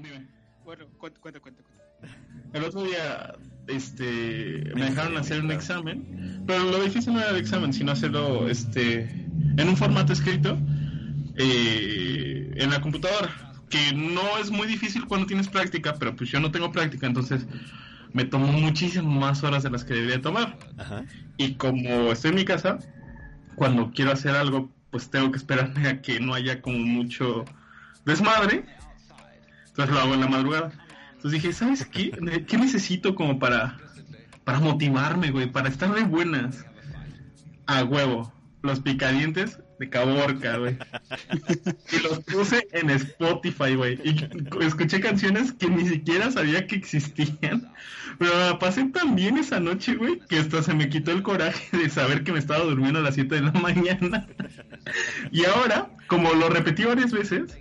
Dime. Bueno, cuenta. El otro día, me dejaron hacer un examen, pero lo difícil no era el examen, sino hacerlo, en un formato escrito, en la computadora, que no es muy difícil cuando tienes práctica, pero pues yo no tengo práctica, entonces me tomó muchísimas más horas de las que debería tomar. Ajá. Y como estoy en mi casa, cuando quiero hacer algo, pues tengo que esperarme a que no haya como mucho desmadre, entonces lo hago en la madrugada. Entonces dije, ¿sabes qué? ¿Qué necesito como para motivarme, güey? Para estar de buenas. A huevo. Los picadientes de Caborca, güey. Y los puse en Spotify, güey. Y escuché canciones que ni siquiera sabía que existían. Pero me la pasé tan bien esa noche, güey, que hasta se me quitó el coraje de saber que me estaba durmiendo a las 7 de la mañana. Y ahora, como lo repetí varias veces,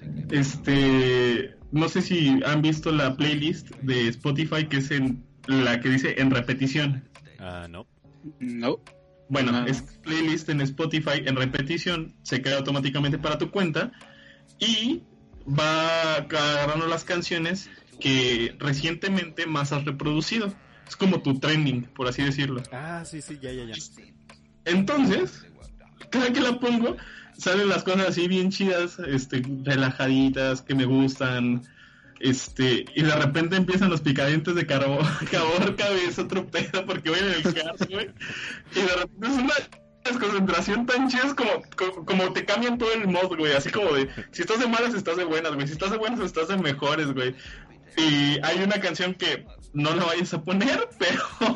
no sé si han visto la playlist de Spotify que es en la que dice en repetición. No. No. Bueno, No. es playlist en Spotify en repetición, se crea automáticamente para tu cuenta y va agarrando las canciones que recientemente más has reproducido. Es como tu trending, por así decirlo. Ah, sí, ya. Entonces, cada que la pongo, salen las cosas así bien chidas, relajaditas, que me gustan, y de repente empiezan los picadientes de Caborca, güey, es otro pedo, porque voy en el carro, güey, y de repente es una desconcentración tan chida, es como te cambian todo el mod, güey, así como de, si estás de malas, estás de buenas, güey, si estás de buenas, estás de mejores, güey. Y hay una canción que no la vayas a poner, pero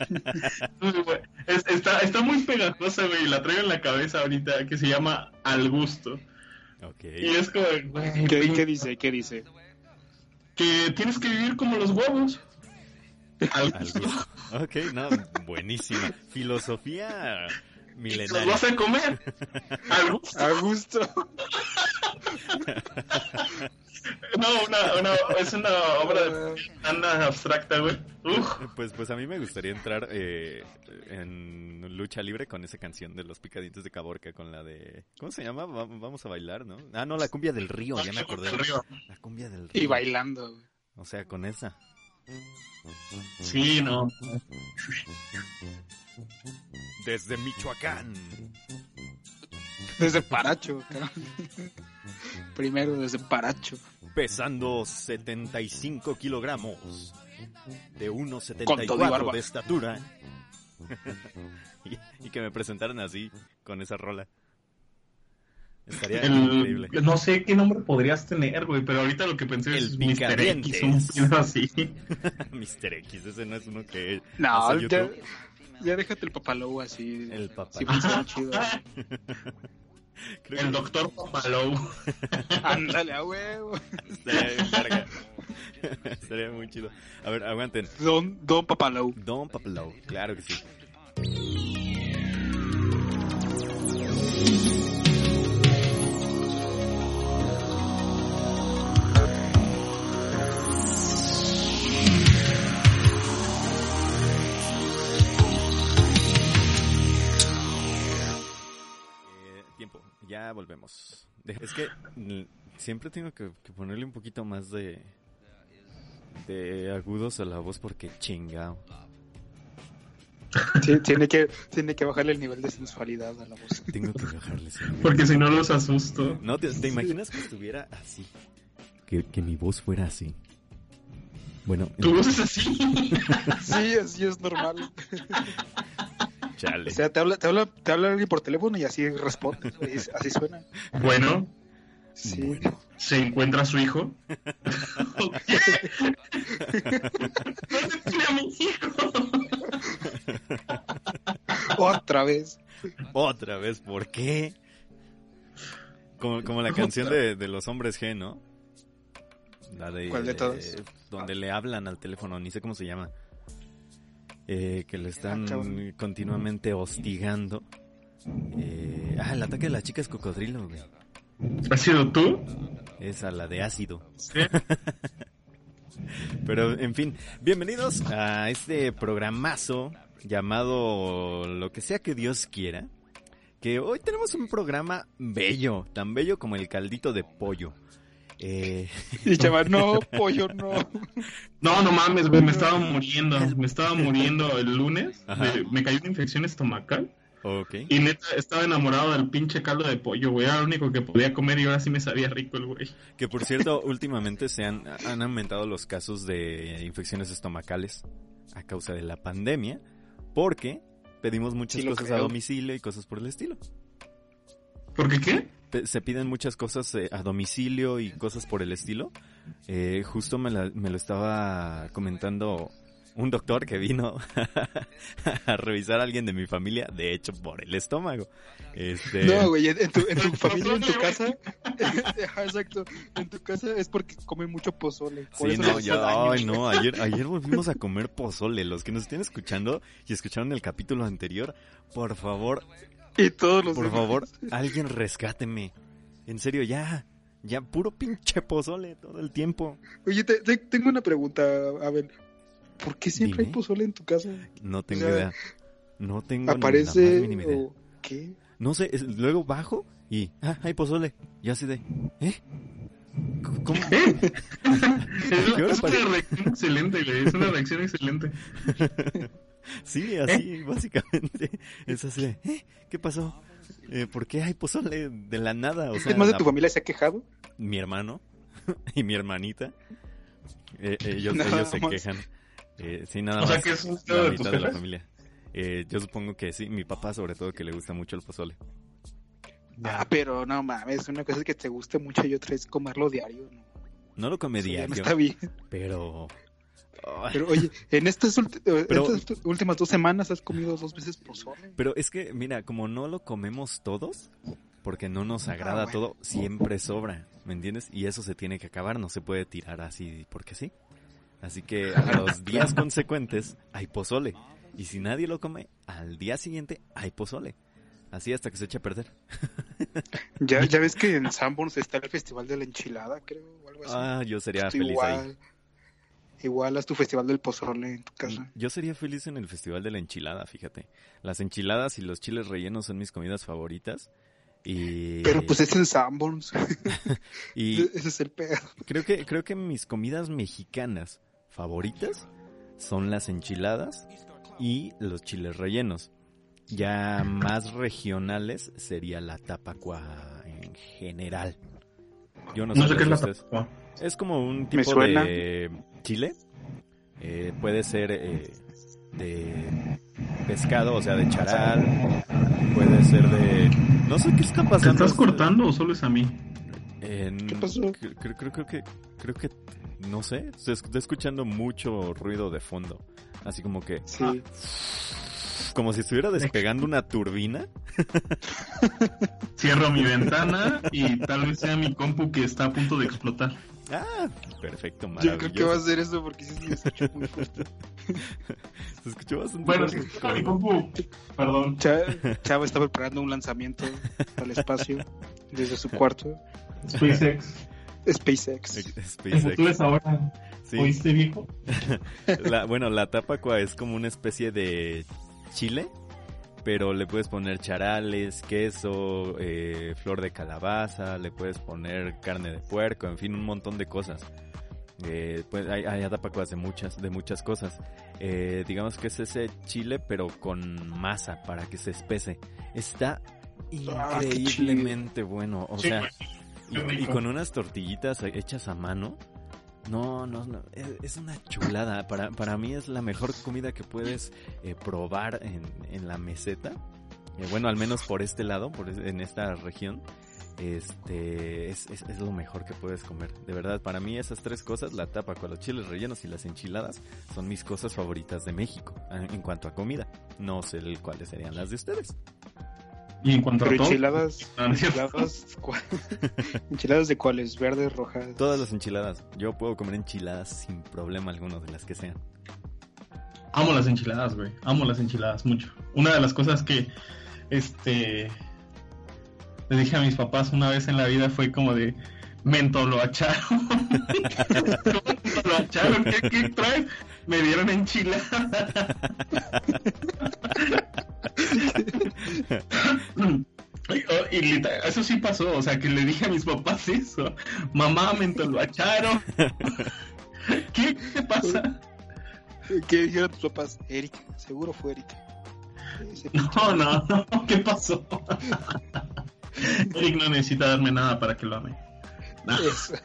está muy pegajosa, güey, la traigo en la cabeza ahorita, que se llama Al Gusto. Okay. Y es como, güey, ¿Qué dice? que tienes que vivir como los huevos. Al gusto. Ok, no, buenísima. Filosofía milenaria. Los vas a comer. Al gusto. A gusto. No, es una obra tan abstracta, güey. Pues a mí me gustaría entrar en lucha libre con esa canción de los picadientes de Caborca, con la de... ¿Cómo se llama? Vamos a bailar, ¿no? Ah, no, la cumbia del río, ya me acordé. La cumbia del río. Y bailando, güey. O sea, con esa. Sí, no. Desde Michoacán. Desde Paracho, cabrón. Primero desde Paracho. Pesando 75 kilogramos. De Con todo y 1.74 barba. de estatura. y que me presentaran así, con esa rola. Estaría increíble. No sé qué nombre podrías tener, güey, pero ahorita lo que pensé El es Mr. Picadientes. X, un pedo así. Mr. X, ese no es uno que No, hace YouTube. ya déjate el papalow así. El papá. Sí, funciona chido. Creo El que doctor Papalou. Ándale, a huevo. estaría bien verga. Estaría muy chido. A ver, aguanten. Don Papalow. Don Papalou, claro que sí. Tiempo, ya volvemos. Es que siempre tengo que ponerle un poquito más de agudos a la voz porque chingao. Sí, tiene que bajarle el nivel de sensualidad a la voz. Tengo que bajarle ese nivel. Porque si no los asusto. No, ¿te imaginas que estuviera así? Que mi voz fuera así. Bueno, Tu voz es así. Sí, así es normal. chale. O sea, te habla alguien por teléfono y así responde, güey, así suena. Bueno, Sí. Bueno. ¿se encuentra su hijo? ¿Dónde tiene a mi hijo? Otra vez. Otra vez, ¿por qué? Como la canción de los hombres G, ¿no? La de... ¿Cuál de todas? Donde le hablan al teléfono, ni sé cómo se llama. Que le están cabrón. continuamente hostigando. El ataque de las chicas cocodrilo, güey. ¿Has sido tú? Esa, la de ácido. Sí. Pero, en fin, bienvenidos a este programazo llamado Lo que sea que Dios quiera. Que hoy tenemos un programa bello, tan bello como el caldito de pollo. Y chaval, no, pollo, no. No mames, güey, me estaba muriendo el lunes. Me cayó una infección estomacal. Okay. Y neta, estaba enamorado del pinche caldo de pollo, güey. Era lo único que podía comer y ahora sí me sabía rico el güey. Que por cierto, últimamente han aumentado los casos de infecciones estomacales a causa de la pandemia, porque pedimos muchas cosas a domicilio y cosas por el estilo. ¿Por qué? Se piden muchas cosas a domicilio y cosas por el estilo. Justo me lo estaba comentando un doctor que vino a revisar a alguien de mi familia, de hecho, por el estómago. No, güey, en tu familia, en tu casa, exacto, en tu casa es porque comen mucho pozole. Sí, ayer volvimos a comer pozole. Los que nos estén escuchando y escucharon el capítulo anterior, por favor, y todos los por favor, alguien rescáteme. En serio, ya, puro pinche pozole todo el tiempo. Oye, tengo una pregunta, Abel. ¿Por qué siempre hay pozole en tu casa? No tengo idea. No tengo ¿aparece ni la más mínima idea. O qué? No sé, luego bajo y hay pozole. Ya así de, ¿cómo? Es una reacción excelente, güey. Es una reacción excelente. Sí, así, básicamente. Es así de, ¿qué pasó? ¿Por qué hay pozole de la nada? O sea, ¿Es más de tu familia se ha quejado? Mi hermano y mi hermanita. Ellos se quejan. Sí, nada más. O sea, que es un la de mitad tus de la jefes. familia. Yo supongo que sí. Mi papá, sobre todo, que le gusta mucho el pozole. Pero no mames, una cosa es que te guste mucho y otra es comerlo diario, ¿no? No lo come Eso ya diario. no está bien. Pero oye, en estas últimas 2 semanas has comido 2 veces pozole. Pero es que, mira, como no lo comemos todos, porque no nos agrada todo, siempre sobra, ¿me entiendes? Y eso se tiene que acabar, no se puede tirar así porque sí. Así que a los días consecuentes hay pozole. Y si nadie lo come, al día siguiente hay pozole. Así hasta que se eche a perder. Ya ves que en Sanborns está el festival de la enchilada, creo, o algo así. Yo sería feliz ahí. Igual haz tu festival del pozole en tu casa. Yo sería feliz en el festival de la enchilada, fíjate. Las enchiladas y los chiles rellenos son mis comidas favoritas. Pero pues es en Sanborns. Y ese es el pedo. Creo que mis comidas mexicanas favoritas son las enchiladas y los chiles rellenos. Ya más regionales sería la tapacua en general. Yo no sé qué es la ustedes. tapacua. Es como un tipo de chile. Puede ser de pescado, o sea, de charal. Puede ser de... No sé qué está pasando. ¿Te estás cortando o solo es a mí? ¿Qué pasó? Creo que no sé, se está escuchando mucho ruido de fondo. Así como que... Sí. Como si estuviera despegando una turbina. Cierro mi ventana y tal vez sea mi compu que está a punto de explotar. Perfecto, maravilloso. Yo creo que va a ser eso porque sí se escuchó muy fuerte. Se escuchó bastante Bueno, fuerte. es que mi compu, perdón. Chava está preparando un lanzamiento al espacio desde su cuarto. SpaceX. SpaceX. ¿Tú ves ahora? Sí. ¿Oíste, viejo? La tapacua es como una especie de chile, pero le puedes poner charales, queso, flor de calabaza, le puedes poner carne de puerco, en fin, un montón de cosas. Pues hay tapacuas de muchas cosas. Digamos que es ese chile, pero con masa para que se espese. Está increíblemente bueno, o sea, y con unas tortillitas hechas a mano. No, es una chulada. Para mí es la mejor comida que puedes probar en la meseta. Bueno, al menos por este lado, en esta región. Es lo mejor que puedes comer. De verdad, para mí esas 3 cosas, la tapa con los chiles rellenos y las enchiladas, son mis cosas favoritas de México en cuanto a comida. No sé cuáles serían las de ustedes. Y en cuanto a todo, ¿enchiladas de cuáles? ¿Verdes, rojas? Todas las enchiladas. Yo puedo comer enchiladas sin problema alguno, de las que sean. Amo las enchiladas, güey. Amo las enchiladas mucho. Una de las cosas que le dije a mis papás una vez en la vida fue como de mentoloacharon. Mentoloacharon, ¿qué traes? Me dieron enchilada. Eso sí pasó, o sea, que le dije a mis papás eso. Mamá, me entolvacharon. ¿Qué pasa? ¿Qué dijeron tus papás? Erika, seguro fue Erika. No, ¿qué pasó? Eric no necesita darme nada para que lo ame. Nah.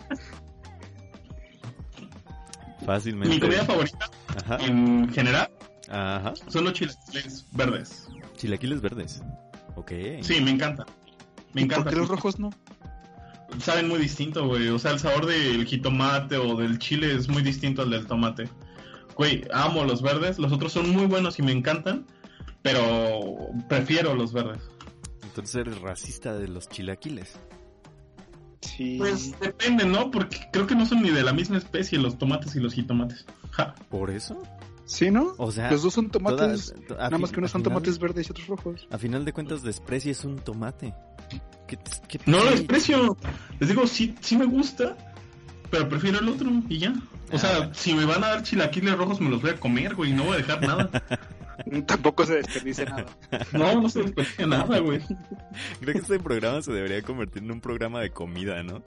Fácilmente. Mi comida favorita, ajá, en general, ajá, son los chilaquiles verdes. Chilaquiles verdes. Ok. Sí, me encanta. Me encanta. ¿Por qué los rojos no? Saben muy distinto, güey. O sea, el sabor del jitomate o del chile es muy distinto al del tomate. Güey, amo los verdes. Los otros son muy buenos y me encantan, pero prefiero los verdes. Entonces eres racista de los chilaquiles. Sí. Pues depende, ¿no? Porque creo que no son ni de la misma especie los tomates y los jitomates. Ja. ¿Por eso? Sí, ¿no? O sea, los dos son tomates, nada más que unos son tomates verdes y otros rojos. A final de cuentas desprecias un tomate. ¿Qué no lo desprecio. Les digo, sí me gusta, pero prefiero el otro y ya. O sea, si me van a dar chilaquiles rojos me los voy a comer, güey, no voy a dejar nada. Tampoco se desperdicia nada. No se desperdicia nada, güey. Creo que este programa se debería convertir en un programa de comida, ¿no?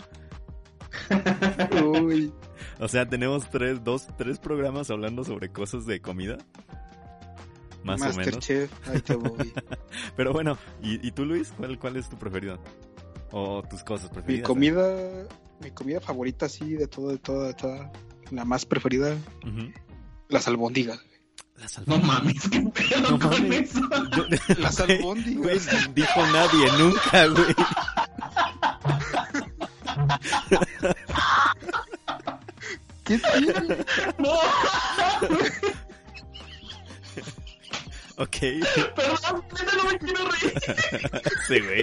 Uy. O sea, tenemos tres programas hablando sobre cosas de comida. Más o menos. Chef, ahí te voy. Pero bueno, ¿y tú, Luis? ¿Cuál es tu preferido? ¿O tus cosas preferidas? Mi comida favorita, sí, de toda, la más preferida, las albóndigas. No mames, qué pedo con eso. Las albóndigas. Güey, dijo nadie nunca, güey. ¿Qué tiene? No. Ok. Perdón, no me quiero reír. Sí, güey.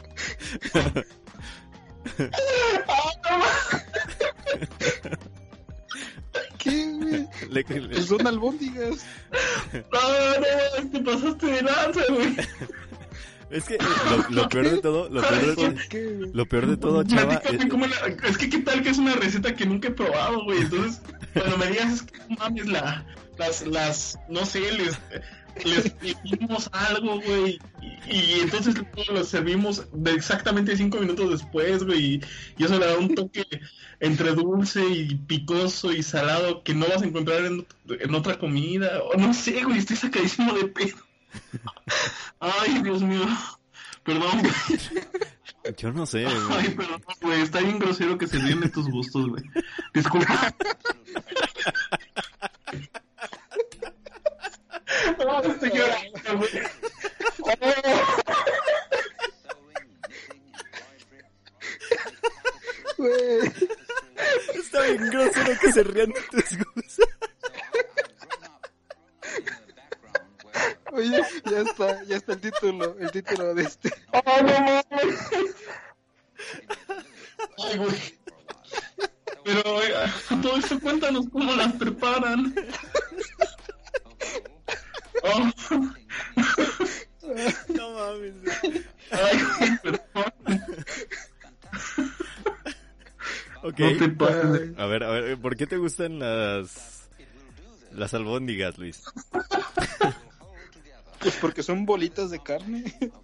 ¿Qué, güey? Son albóndigas. No, te pasaste de lanza, güey. Es que lo peor de todo, lo peor de todo, chava. Es que qué tal que es una receta que nunca he probado, güey. Entonces, cuando me digas, es que no mames, las no sé, les pedimos algo, güey, y entonces lo servimos exactamente 5 minutos después, güey, y eso le da un toque entre dulce y picoso y salado que no vas a encontrar en otra comida, o no sé, güey, estoy sacadísimo de pedo. Ay, Dios mío, perdón, güey. Yo no sé, güey. Ay, perdón, güey, está bien grosero que se ríen de tus gustos, güey. Disculpa. No, estoy llorando, güey. Güey. Está bien grosero que se rían de tus gustos. Oye, ya está el título de este. ¡Oh, no mames! Ay, güey. Pero, oiga, todo esto cuéntanos cómo las preparan. Oh. No mames. Ay, güey, perdón. Ok. No te pases. A ver, ¿por qué te gustan las albóndigas, Luis? Pues porque son bolitas de carne.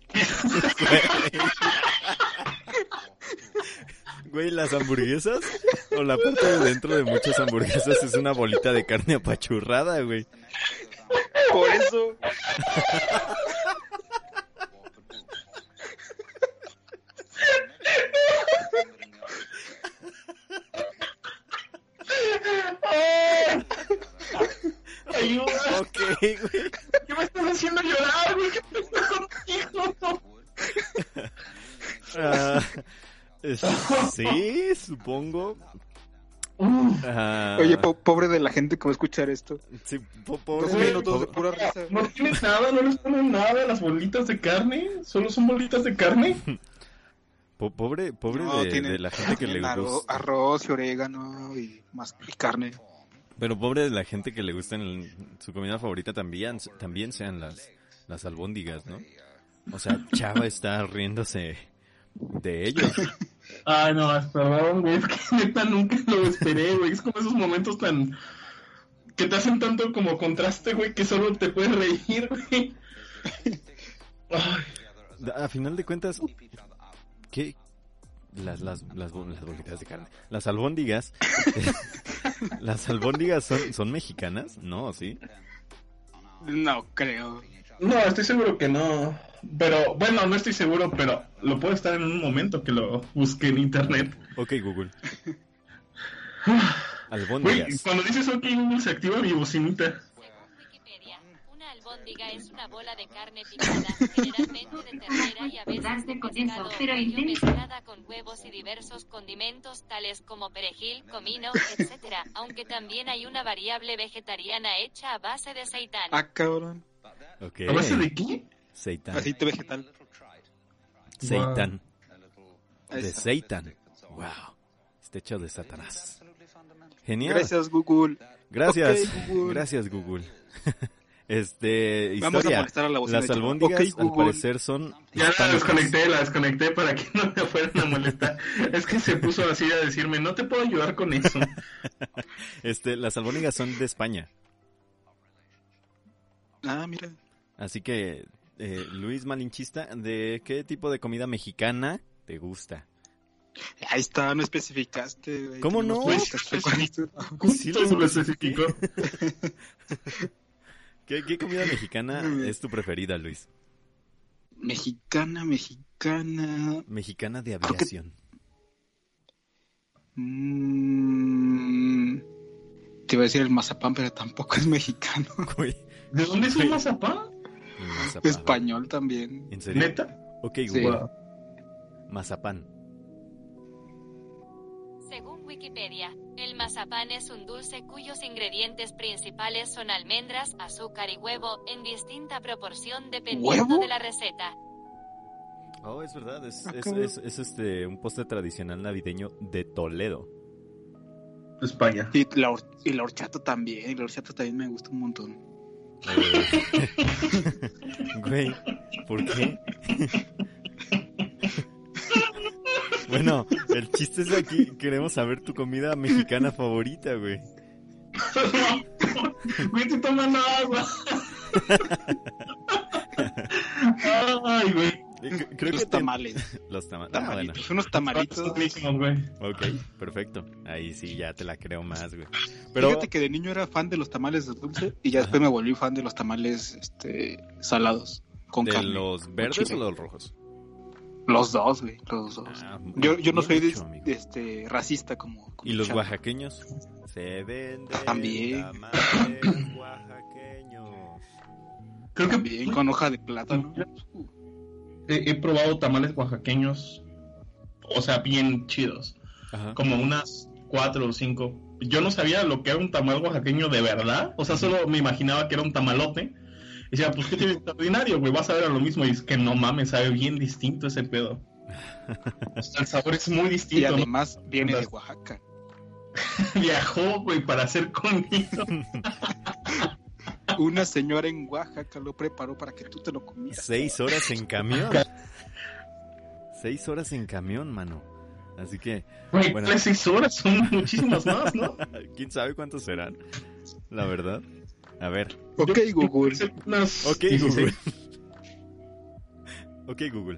Güey, las hamburguesas o la parte de dentro de muchas hamburguesas es una bolita de carne apachurrada, güey. Por eso. Ayuda. Ok, güey. ¿Qué me estás haciendo llorar, güey? ¿Qué pasa contigo? Sí, supongo. Oye, pobre de la gente que va a escuchar esto. Sí, pobre. 2 minutos de pura risa. No tienes nada, no les ponen nada a las bolitas de carne. Solo son bolitas de carne. Pobre No, de la gente que le gusta. Arroz y orégano y carne. Pero pobre de la gente que le gusta su comida favorita también sean las albóndigas, ¿no? O sea, Chava está riéndose de ellos. Ay, no, perdón, güey, es que neta nunca lo esperé, güey. Es como esos momentos tan... que te hacen tanto como contraste, güey, que solo te puedes reír, güey. Ay. a final de cuentas, ¿qué? Las bolitas de carne. Las albóndigas. ¿Las albóndigas son mexicanas? No, ¿sí? No creo. No, estoy seguro que no. Pero, bueno, no estoy seguro, pero lo puedo estar en un momento que lo busque en internet. Ok, Google. Güey, Albóndigas. cuando dices ok, Google se activa mi bocinita. Según Wikipedia, una albóndiga es una bola de carne picada, generalmente de ternera y a veces de pescado o pollo mezclada con huevos y diversos condimentos tales como perejil, comino, etc. Aunque también hay una variable vegetariana hecha a base de seitán. Ah, cabrón. Ok. ¿A base de qué? Seitán. Aceite vegetal. Seitán. De Esa. Seitan. Wow. Está hecho de Satanás. Genial. Gracias, Google. Gracias. Ok, Google. Gracias, Google. Vamos a Historia. molestar a la bocina Las de Chihuahua. albóndigas, Ok, al Google. parecer, son Ya hispánicas. la desconecté para que no me fueran a molestar. Es que se puso así a decirme, no te puedo ayudar con eso. Las albóndigas son de España. Ah, mira. Así que, Luis Malinchista, ¿de qué tipo de comida mexicana te gusta? Ahí está, no especificaste, güey. ¿Cómo no? Tenemos que especificar cuál es. Sí, Justo lo especificó. ¿Qué comida mexicana es tu preferida, Luis? Mexicana. Mexicana de Creo que- aviación. Te iba a decir el mazapán, pero tampoco es mexicano. Güey, ¿De dónde es un mazapán? el mazapán. Español también. ¿En serio? ¿Neta? Ok, Sí. Google. Wow. Mazapán. Según Wikipedia, el mazapán es un dulce cuyos ingredientes principales son almendras, azúcar y huevo, en distinta proporción dependiendo ¿Huevo? de la receta. Oh, es verdad, es cabrón. un postre tradicional navideño de Toledo. España. Y la horchata también. La horchata también me gusta un montón. Güey, ¿por qué? Bueno, el chiste es aquí, queremos saber tu comida mexicana favorita, güey. Güey, estoy tomando agua. Ay, güey. Creo Los que tamales. Los tamales. Tamalitos. Unos tamalitos. Son buenísimos, güey. Ok, perfecto. Ahí sí ya te la creo más, güey. Pero Fíjate que de niño era fan de los tamales de dulce y ya después me volví fan de los tamales salados. Con ¿de carne. los verdes chile. o los rojos? Los dos, güey. Los dos. Ah, Yo no bien soy hecho, amigo. racista como ¿Y los Chava. oaxaqueños? Se venden También. tamales oaxaqueños. Creo que También con hoja de plátano. he probado tamales oaxaqueños, o sea, bien chidos. Ajá. Como unas 4 o 5. Yo no sabía lo que era un tamal oaxaqueño de verdad. O sea, solo me imaginaba que era un tamalote. Y decía, pues, ¿qué tiene de extraordinario, güey? Vas a ver a lo mismo. Y es que no mames, sabe bien distinto ese pedo. O sea, el sabor es muy Y distinto, ¿no? además viene de Oaxaca. Viajó, güey, para hacer conmigo. Una señora en Oaxaca lo preparó para que tú te lo comieras. 6 horas en camión. 6 horas en camión, mano. Así que, Güey, Bueno. 6 horas, son muchísimas más, ¿no? ¿quién sabe cuántos serán? La verdad. A ver. Ok, Google. Unas Ok, 16. Google. Ok, Google.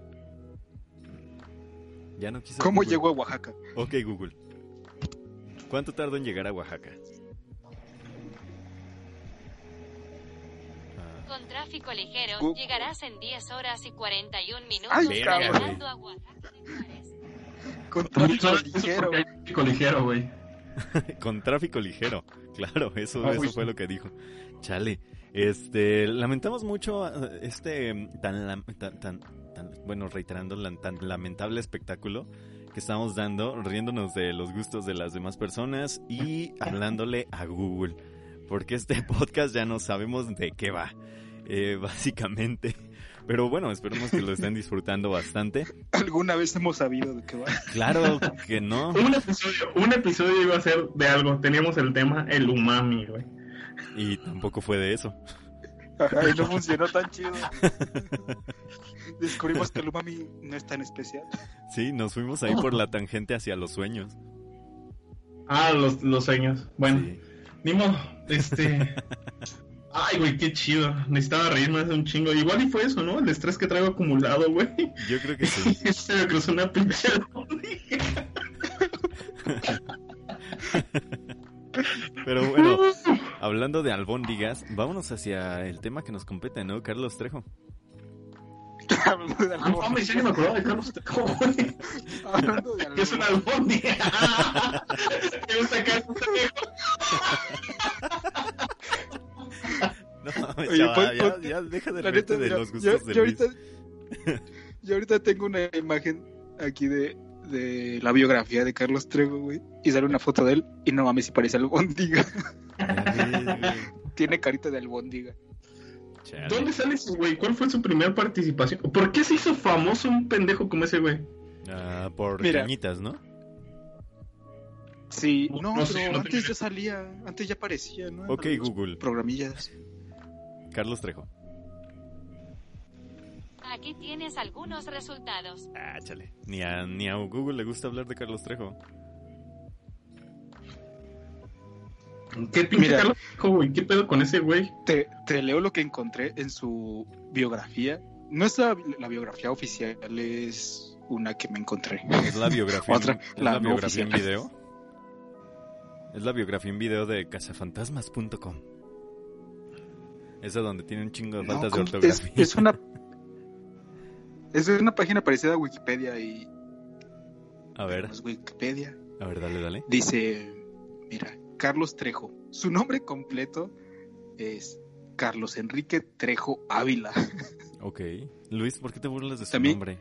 Ya no quiso ¿Cómo Google. llegó a Oaxaca? Ok, Google. ¿Cuánto tardó en llegar a Oaxaca? Con tráfico ligero, Gu- llegarás en 10 horas y 41 minutos Ay, cabrón. llegando a Oaxaca de Juárez. Con tráfico No, ligero. porque hay tráfico ligero, güey. Con tráfico ligero. Claro, eso uy. fue lo que dijo. Chale. Lamentamos mucho bueno, reiterando tan lamentable espectáculo que estamos dando, riéndonos de los gustos de las demás personas y hablándole a Google, porque este podcast ya no sabemos de qué va, básicamente. Pero bueno, esperemos que lo estén disfrutando bastante. ¿Alguna vez hemos sabido de qué va? Claro que no. Un episodio iba a ser de algo. Teníamos el tema, el umami, güey. Y tampoco fue de eso. Ajá, y no funcionó tan chido. Descubrimos que el umami no es tan especial. Sí, nos fuimos ahí por la tangente hacia los sueños. Ah, los sueños. Bueno, Sí. ni modo. Ay, güey, qué chido. Necesitaba reírme hace un chingo. Igual y fue eso, ¿no? El estrés que traigo acumulado, güey. Yo creo que sí. Se me cruzó una pinche albóndiga. Pero bueno, hablando de albóndigas, vámonos hacia el tema que nos compete, ¿no? Carlos Trejo. No mames, ya ni me acordaba de Carlos Trejo, güey. Hablando de Que es una albóndiga. Me gusta Carlos Trejo. No mames, Oye, chaval, ya deja de la reírte neta, de mira, los gustos de yo Luis. ahorita tengo una imagen aquí de la biografía de Carlos Trejo, güey, y sale una foto de él y no mames si parece albóndiga. Ya ves, güey. Tiene carita de albóndiga. Chale. ¿Dónde sale ese güey? ¿Cuál fue su primera participación? ¿Por qué se hizo famoso un pendejo como ese güey? Ah, por Mira. cañitas, ¿no? Sí, No no, sé, pero no antes tengo ya salía, antes ya aparecía, ¿no? Ok, En los Google. Programillas. Carlos Trejo. Aquí tienes algunos resultados. Ah, chale. Ni a Google le gusta hablar de Carlos Trejo. ¿Qué pinche Mira. Carlos Trejo, güey? ¿Qué pedo con ese güey? Te leo lo que encontré en su biografía. No es la biografía oficial, es una que me encontré. ¿Es la biografía, Otra, ¿es la la no biografía en oficial. video? Es la biografía en video de cazafantasmas.com. Esa donde tiene un chingo de No, faltas de ¿cómo? ortografía. Es una página parecida a Wikipedia y A ver, no es Wikipedia. dale. Dice, mira, Carlos Trejo. Su nombre completo es Carlos Enrique Trejo Ávila. Ok. Luis, ¿por qué te burlas de su También- nombre?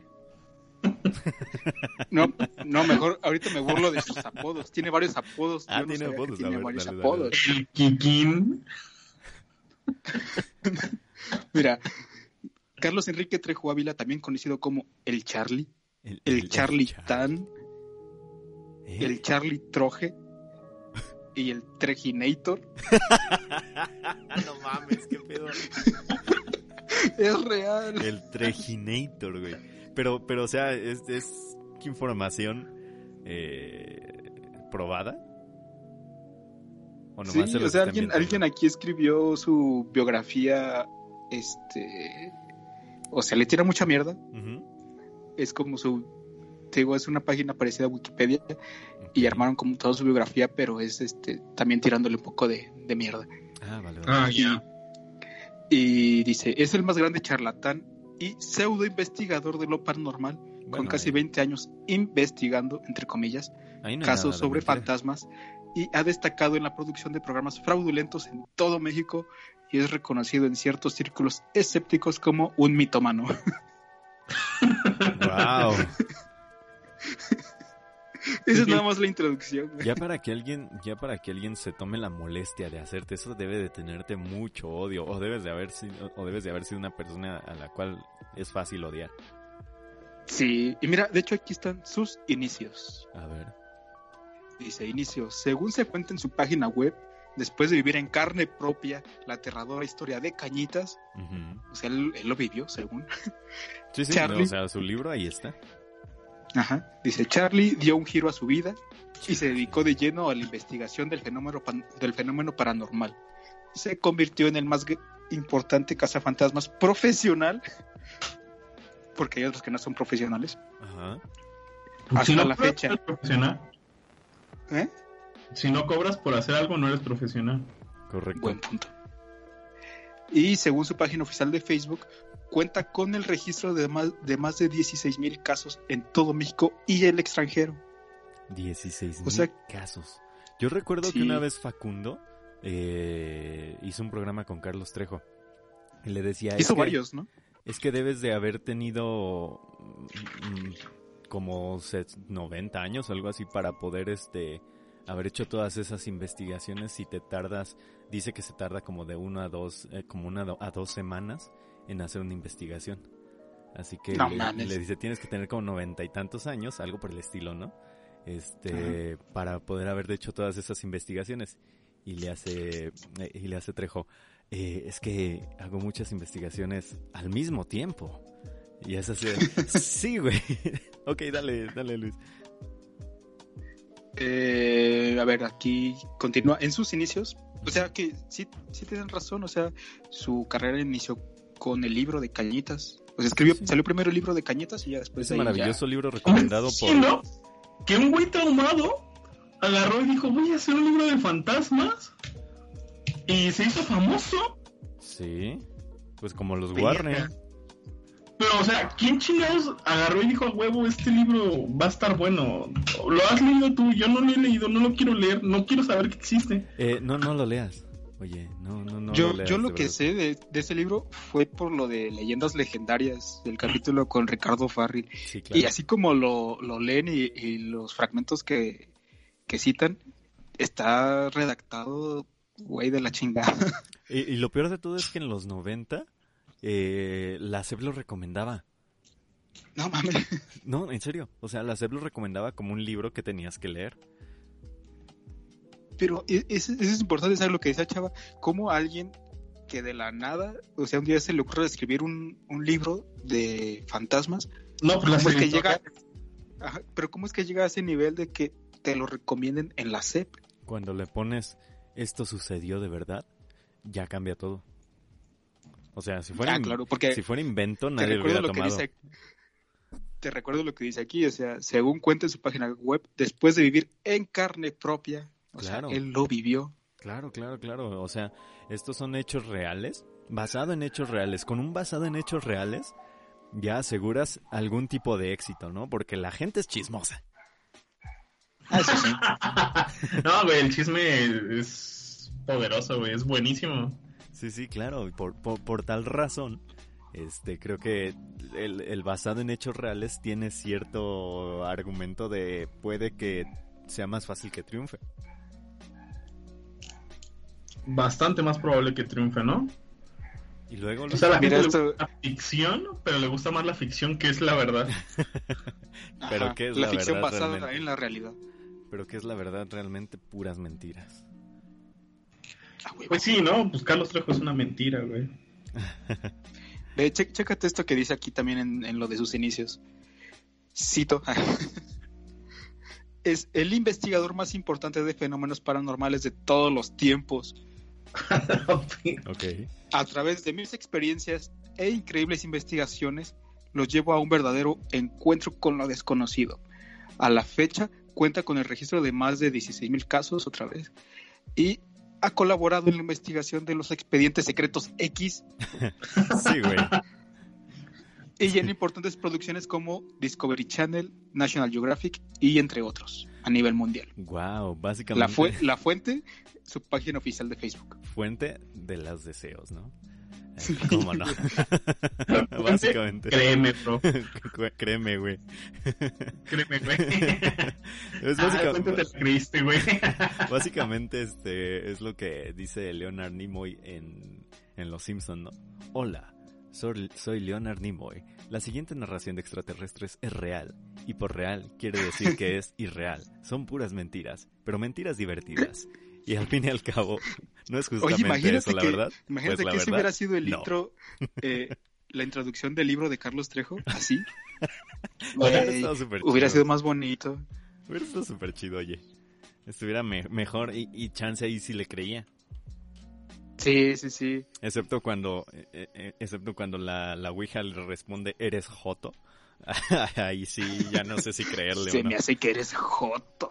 No, mejor ahorita me burlo de sus apodos. Tiene varios apodos. Ah, Yo no tiene sabía que apodos. A Tiene ver, varios dale. apodos. El Kikín. Mira, Carlos Enrique Trejo Ávila, también conocido como el Charlie, el Charlie Tan, ¿Eh? el Charlie Troje y el Trejinator. No mames, qué pedo. Es real. El Trejinator, güey. Pero, o sea, es información probada. ¿O nomás Sí, se los o sea, están inventando? alguien aquí escribió su biografía, o sea, le tira mucha mierda. Ujú. Es como te digo, es una página parecida a Wikipedia y armaron como toda su biografía, pero es también tirándole un poco de mierda. Ah, vale. Ah, ya. Y dice, es el más grande charlatán y pseudo investigador de lo paranormal, con Bueno, casi ahí- 20 años investigando, entre comillas, ahí no hay casos nada de sobre mentira. fantasmas, y ha destacado en la producción de programas fraudulentos en todo México y es reconocido en ciertos círculos escépticos como un mitómano. Wow. Esa es nada más la introducción, güey. Ya para que alguien se tome la molestia de hacerte eso, debe de tenerte mucho odio, o debes de haber sido una persona a la cual es fácil odiar. Sí, y mira, de hecho aquí están sus inicios. A ver. Dice, inicios. Según se cuenta en su página web, después de vivir en carne propia la aterradora historia de Cañitas, Ujú. o sea, él lo vivió, según. Sí, Charlie. o sea, su libro ahí está. Ajá. Dice, Charlie dio un giro a su vida y se dedicó de lleno a la investigación del fenómeno paranormal. Se convirtió en el más importante cazafantasmas profesional, porque hay otros que no son profesionales, Ajá. hasta Si no la cobras, fecha. no eres profesional. ¿Eh? Si no cobras por hacer algo, no eres profesional. Correcto. Buen punto. Y según su página oficial de Facebook, cuenta con el registro de más de 16,000 casos en todo México y el extranjero. 16,000 O sea, casos. Yo recuerdo sí. que una vez Facundo hizo un programa con Carlos Trejo. Y le decía, Hizo varios, ¿no? es que debes de haber tenido como 90 años o algo así para poder haber hecho todas esas investigaciones. Si te tardas, dice que se tarda como de 1 a 2 a 2 semanas en hacer una investigación. Así que No mames. le dice, tienes que tener como 90 y tantos años, algo por el estilo, ¿no? Para poder haber hecho todas esas investigaciones. Y le hace Trejo, es que hago muchas investigaciones al mismo tiempo. Y es así, sí, güey. Ok, dale, Luis. A ver, aquí continúa. En sus inicios, O sea que sí tienen razón, o sea, su carrera inició con el libro de Cañitas. O sea, salió primero el libro de Cañitas y ya después Ese de ahí maravilloso libro recomendado Sí, por... ¿no? Que un güey traumado agarró y dijo, voy a hacer un libro de fantasmas. Y se hizo famoso. Sí, pues como los Warner. Pero, o sea, ¿quién chingados agarró y dijo, a huevo, este libro va a estar bueno? ¿Lo has leído tú? Yo no lo he leído, no lo quiero leer, no quiero saber que existe. No lo leas. Oye, no yo lo leas, lo de que verdad. sé de ese libro fue por lo de Leyendas Legendarias, del capítulo con Ricardo Farril. Sí, claro. Y así como lo leen y los fragmentos que citan, está redactado, güey, de la chingada. Y lo peor de todo es que en los 90 la SEP lo recomendaba. No mames. No, en serio. O sea, la SEP lo recomendaba como un libro que tenías que leer. Pero eso es importante saber lo que decía Chava, cómo alguien que de la nada, o sea, un día se le ocurre escribir un libro de fantasmas. No, pues ¿Cómo es que llega? Ajá, pero ¿cómo es que llega a ese nivel de que te lo recomienden en la SEP? Cuando le pones esto sucedió de verdad, ya cambia todo. O sea, si fuera, claro, porque si fuera invento, te nadie lo recuerdo hubiera lo que tomado. dice, te recuerdo lo que dice aquí, o sea, según cuenta en su página web, después de vivir en carne propia, o Claro. sea, él lo vivió. Claro. O sea, estos son hechos reales, basado en hechos reales. Con un basado en hechos reales, ya aseguras algún tipo de éxito, ¿no? Porque la gente es chismosa. Eso sí. No, güey, el chisme es poderoso, güey, es buenísimo. Sí, claro. Por tal razón, creo que el basado en hechos reales tiene cierto argumento de puede que sea más fácil que triunfe. Bastante más probable que triunfe, ¿no? Y luego... O sea, la gente Mira, le esto- gusta la ficción, pero le gusta más la ficción que es la verdad. Pero Ajá, ¿qué es la la ficción verdad basada realmente? en la realidad. Pero ¿qué es la verdad realmente? Puras mentiras. Güey, Pues sí, ¿no? Pues Carlos Trejo es una mentira, güey. Ve, chécate esto que dice aquí también en lo de sus inicios. Cito. Es el investigador más importante de fenómenos paranormales de todos los tiempos. Ok. A través de mis experiencias e increíbles investigaciones, los llevo a un verdadero encuentro con lo desconocido. A la fecha, cuenta con el registro de más de 16,000 casos, otra vez, y ha colaborado en la investigación de los expedientes secretos X Sí, güey. y en importantes producciones como Discovery Channel, National Geographic y entre otros, a nivel mundial. Wow, básicamente... La fuente, su página oficial de Facebook. Fuente de los deseos, ¿no? ¿Cómo no? Básicamente. Créeme, bro. Créeme, güey. Créeme, güey. Es ¿Cuánto te lo creíste, güey? básicamente es lo que dice Leonard Nimoy en Los Simpson, ¿no? Hola, soy Leonard Nimoy. La siguiente narración de extraterrestres es real. Y por real quiere decir que es irreal. Son puras mentiras, pero mentiras divertidas. Y al fin y al cabo, no es justamente Oye, imagínate eso, la que, verdad. imagínate Pues la que ese verdad, hubiera sido el no. intro, la introducción del libro de Carlos Trejo, así. Hubiera Güey, estado súper hubiera chido. sido más bonito. Hubiera estado súper chido, oye. Estuviera mejor y chance ahí sí le creía. Sí, sí, sí. Excepto cuando la Ouija le responde, ¿eres joto? Ahí sí, ya no sé si creerle Se o no. me hace que eres joto.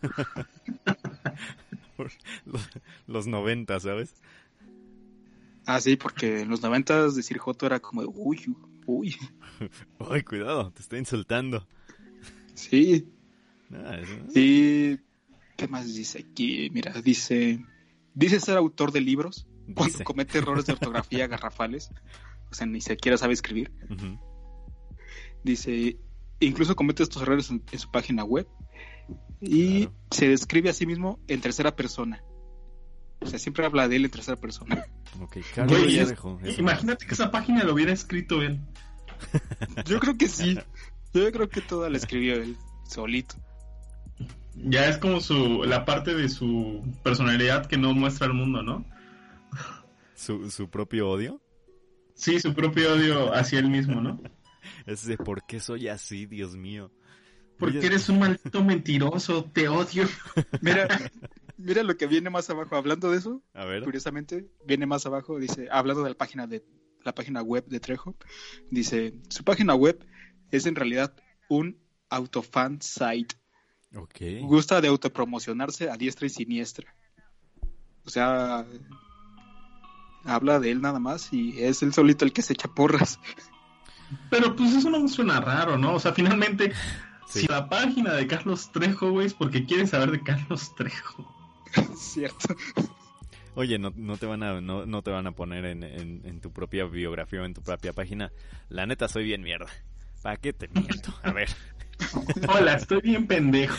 Los 90, ¿sabes? Ah, sí, porque en los 90 decir joto era como de, uy. Ay, cuidado, te estoy insultando. Sí. Ah, eso- Y ¿qué más dice aquí? Mira, dice ser autor de libros cuando Dice. comete errores de ortografía garrafales. O sea, ni siquiera sabe escribir. Ujú. Dice, incluso comete estos errores en su página web. Y Claro. se describe a sí mismo en tercera persona. O sea, siempre habla de él en tercera persona. Ok, Carlos Güey, Trejo. eso. imagínate que esa página lo hubiera escrito él. Yo creo que sí. Yo creo que toda la escribió él solito. Ya es como la parte de su personalidad que no muestra al mundo, ¿no? ¿Su propio odio? Sí, su propio odio hacia él mismo, ¿no? Es de ¿por qué soy así, Dios mío? Porque Oye, eres un maldito mentiroso, te odio. Mira, Mira lo que viene más abajo, hablando de eso, A ver. curiosamente, viene más abajo, dice, hablando de la página web de Trejo, dice, su página web es en realidad un autofan site. Ok. Gusta de autopromocionarse a diestra y siniestra. O sea, habla de él nada más y es él solito el que se echa porras. Pero pues eso no suena raro, ¿no? O sea, finalmente, Sí. si la página de Carlos Trejo, güey, es porque quieres saber de Carlos Trejo. Cierto. Oye, no te van a poner en tu propia biografía o en tu propia página. La neta, soy bien mierda. ¿Para qué te miento? A ver. Hola, estoy bien pendejo.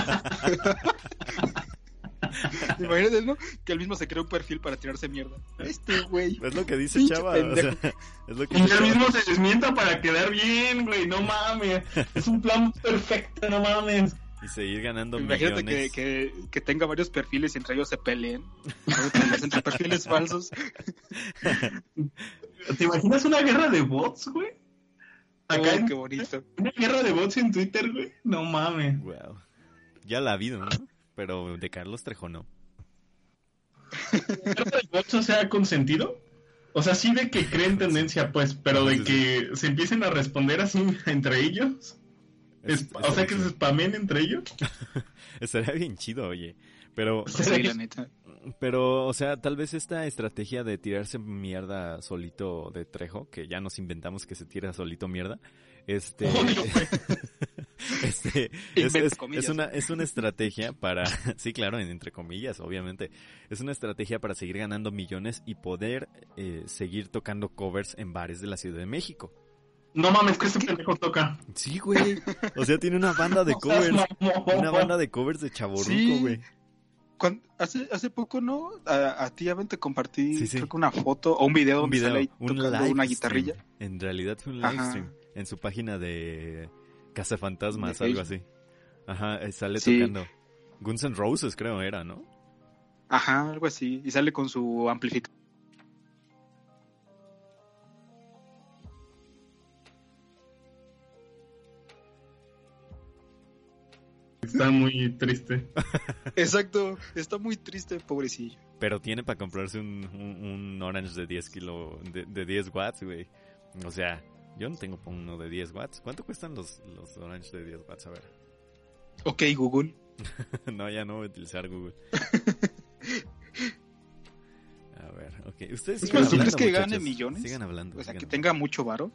Imagínate, ¿no? Que él mismo se crea un perfil para tirarse mierda. Este güey. Es lo que dice Pinche Chava. pendejo. O sea, es lo que Y dice él Chava. mismo se desmienta para quedar bien, güey. No mames. Es un plan perfecto, no mames. Y seguir ganando Imagínate millones. que tenga varios perfiles y entre ellos se peleen. Peleas entre perfiles falsos. ¿Te imaginas una guerra de bots, güey? Acá Qué bonito. una guerra de bots en Twitter, güey. No mames. Wow. Ya la ha habido, ¿no? Pero de Carlos Trejo no. ¿Guerra de bots, o sea, con sentido? O sea, sí de que creen tendencia, pues, pero de que se empiecen a responder así entre ellos. O sea, que se spamen entre ellos. Estaría bien chido, oye. Pero, Sí, la neta. o sea, tal vez esta estrategia de tirarse mierda solito de Trejo, que ya nos inventamos que se tira solito mierda, Obvio, güey. es una estrategia para, sí, claro, entre comillas, obviamente, es una estrategia para seguir ganando millones y poder seguir tocando covers en bares de la Ciudad de México. No mames, que este pendejo toca. Sí, güey. O sea, tiene una banda de covers. Una banda de covers de Chavorruco, Sí. güey. Hace poco, ¿no? A ti ya te compartí, Sí, sí. creo que una foto o un video donde sale ahí un tocando live una stream. guitarrilla. En realidad fue un live Ajá. stream en su página de Cazafantasmas, De algo Facebook. así. Ajá, sale Sí. tocando. Guns N' Roses, creo era, ¿no? Ajá, algo así. Y sale con su amplificador. Está muy triste. Exacto, está muy triste, pobrecillo. Pero tiene para comprarse un Orange de 10 de 10 watts, güey. O sea, yo no tengo pa' uno de 10 watts. ¿Cuánto cuestan los Orange de 10 watts? A ver. Ok, Google. No, ya no voy a utilizar Google. A ver, ok. Ustedes sigan Pero ¿tú hablando, crees que muchachos. gane millones? Sigan hablando. O sea, sigan que hablando. tenga mucho varo.